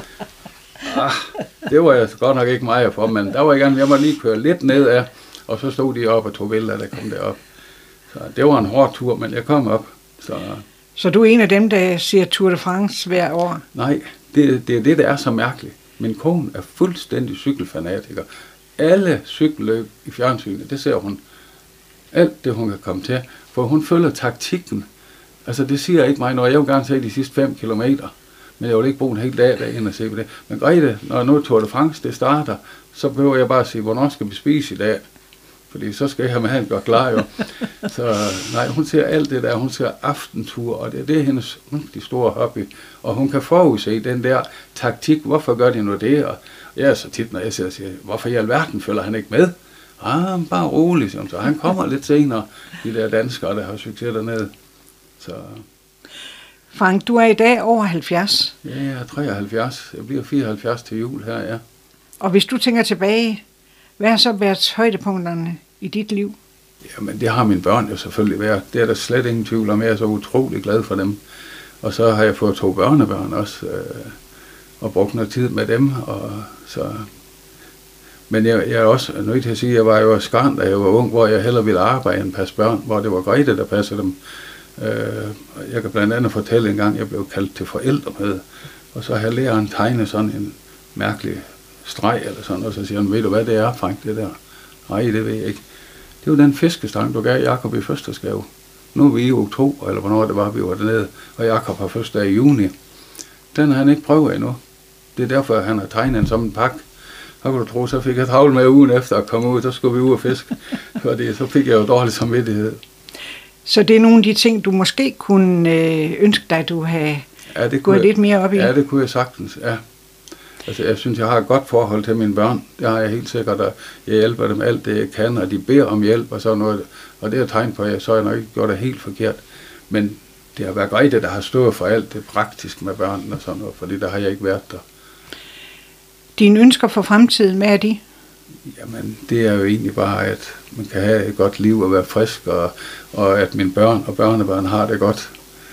Ah, det var jeg godt nok ikke meget for, men der var jeg gerne, jeg måtte lige køre lidt ned af, og så stod de op og tog billeder, der kom derop. Så det var en hård tur, men jeg kom op. Så, så du er en af dem, der siger Tour de France hver år? Nej, det, det er det, der er så mærkeligt. Min kone er fuldstændig cykelfanatiker. Alle cykelløb i fjernsynet, det ser hun. Alt det, hun kan komme til, for hun følger taktikken. Altså, det siger ikke mig, når jeg vil gerne se de sidste fem kilometer, men jeg vil ikke bruge en hel dag derinde og se på det. Men Grete, når nu Tour de France det starter, så behøver jeg bare at sige, hvornår skal vi spise i dag? Fordi så skal jeg have med han gøre klar jo. Så nej, hun ser alt det der, hun ser aftentur, og det, det er hendes rigtig store hobby. Og hun kan forudse den der taktik, hvorfor gør de nu det? Og jeg er så tit, når jeg siger, siger hvorfor i alverden følger han ikke med? Ah, bare rolig, så han kommer lidt senere, de der danskere, der har succes dernede. Så Frank, du er i dag over halvfjerds. ja, jeg er treoghalvfjerds. Jeg bliver fireoghalvfjerds til jul her, ja. Og hvis du tænker tilbage, hvad har så været højdepunkterne i dit liv? Jamen, det har mine børn jo selvfølgelig været. Det er der slet ingen tvivl om. Jeg er så utrolig glad for dem. Og så har jeg fået to børnebørn også, øh, og brugt noget tid med dem. Og så... Men jeg, jeg er også nødt til at sige, at jeg var jo skarn, da jeg var ung, hvor jeg hellere ville arbejde end passe børn, hvor det var Grete, der passede dem. Øh, jeg kan blandt andet fortælle en gang, jeg blev kaldt til forældremøde, og så havde læreren tegnet sådan en mærkelig streg eller sådan, og så siger han, ved du hvad det er, Frank, det der? Nej, det ved jeg ikke. Det var den fiskestang, du gav Jakob i fødselsdagsgave. Nu er vi i oktober, eller hvornår det var, vi var dernede, og Jakob har fødselsdag i juni. Den har han ikke prøvet endnu. Det er derfor, han har tegnet en som en pakke. Så kunne du tro, så fik jeg travlt med ugen efter at komme ud, så skulle vi ud og fiske. Fordi så fik jeg jo dårlig samvittighed. Så det er nogle af de ting, du måske kunne øh, ønske dig, du havde ja, det gået jeg, lidt mere op i? Ja, det kunne jeg sagtens, ja. Altså, jeg synes, jeg har et godt forhold til mine børn. Det har jeg helt sikkert, og jeg hjælper dem alt det, jeg kan, og de beder om hjælp og sådan noget. Og det er tegn på, at jeg så har jeg nok ikke gjort det helt forkert. Men det har været Grete, der har stået for alt det praktiske med børnene og sådan noget, fordi der har jeg ikke været der. Dine ønsker for fremtiden, hvad er de? Jamen, det er jo egentlig bare, at man kan have et godt liv og være frisk, og, og at mine børn og børnebørn har det godt.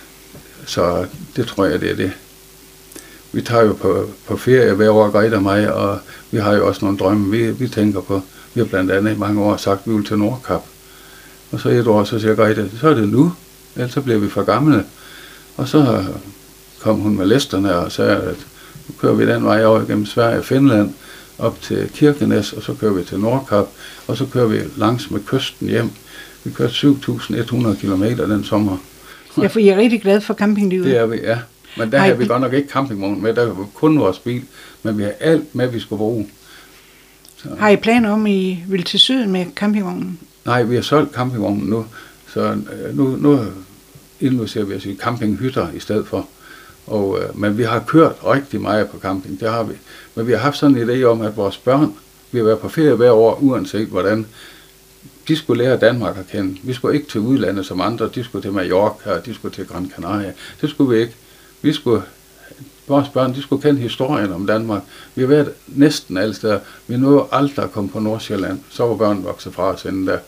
Så det tror jeg, det er det. Vi tager jo på, på ferie hver år, Grete og mig, og vi har jo også nogle drømme, vi, vi tænker på. Vi har blandt andet i mange år sagt, at vi vil til Nordkap. Og så et år, så siger Grete, så er det nu, ellers så bliver vi for gamle. Og så kom hun med listerne og sagde, at nu kører vi den vej over gennem Sverige og Finland, op til Kirkenes, og så kører vi til Nordkap, og så kører vi langs med kysten hjem. Vi kørte syv tusind et hundrede kilometer den sommer. Ja, for I er rigtig glade for campinglivet. Det er vi, ja. Men der har vi godt nok ikke campingvogn med, der var kun vores bil, men vi har alt med, vi skulle bruge. Så. Har I planer om, at I vil til syden med campingvognen? Nej, vi har solgt campingvognen nu, så nu, nu indlucerer vi os i campinghytter i stedet for. Og, øh, men vi har kørt rigtig meget på camping, det har vi. Men vi har haft sådan en idé om, at vores børn, vi har været på ferie hver år, uanset hvordan, de skulle lære Danmark at kende. Vi skulle ikke til udlandet som andre, de skulle til Mallorca, de skulle til Gran Canaria. Det skulle vi ikke. Vi skulle, vores børn, de skulle kende historien om Danmark. Vi har været næsten alle steder. Vi nåede aldrig at komme på Nordsjælland. Så var børn vokset fra os inden da.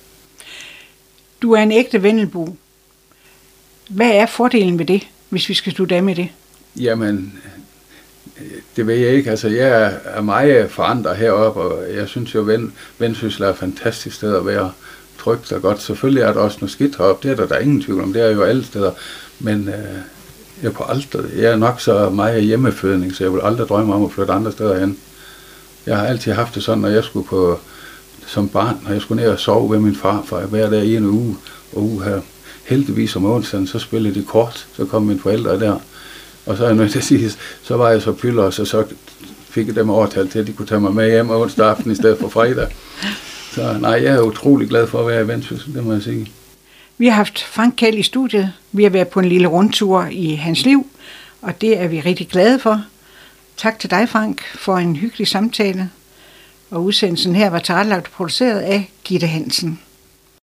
Du er en ægte Vendelbo. Hvad er fordelen ved det, hvis vi skal slutte af med det? Jamen, det ved jeg ikke. Altså, jeg er meget forandret heroppe, og jeg synes jo, at Vendsyssel er et fantastisk sted at være, trygt og godt. Selvfølgelig er der også noget skidt heroppe, det er der, der er ingen tvivl om, det er jo alle steder. Men øh, jeg, på aldrig, jeg er nok så meget hjemmefødning, så jeg vil aldrig drømme om at flytte andre steder hen. Jeg har altid haft det sådan, når jeg skulle på, som barn, når jeg skulle ned og sove ved min far, for jeg var der i en uge, og uge her. Heldigvis om onsdagen, så spillede de kort, så kom mine forældre der. Og så er jeg nødt til at sige, så var jeg så pylder, og så, så fik jeg dem overtalt til, at de kunne tage mig med hjem onsdag aften i stedet for fredag. Så nej, jeg er utrolig glad for at være i Vendsyssel, det må jeg sige. Vi har haft Frank Kjeld i studiet. Vi har været på en lille rundtur i hans liv, og det er vi rigtig glade for. Tak til dig, Frank, for en hyggelig samtale. Og udsendelsen her var tilrettelagt og produceret af Gitte Hansen.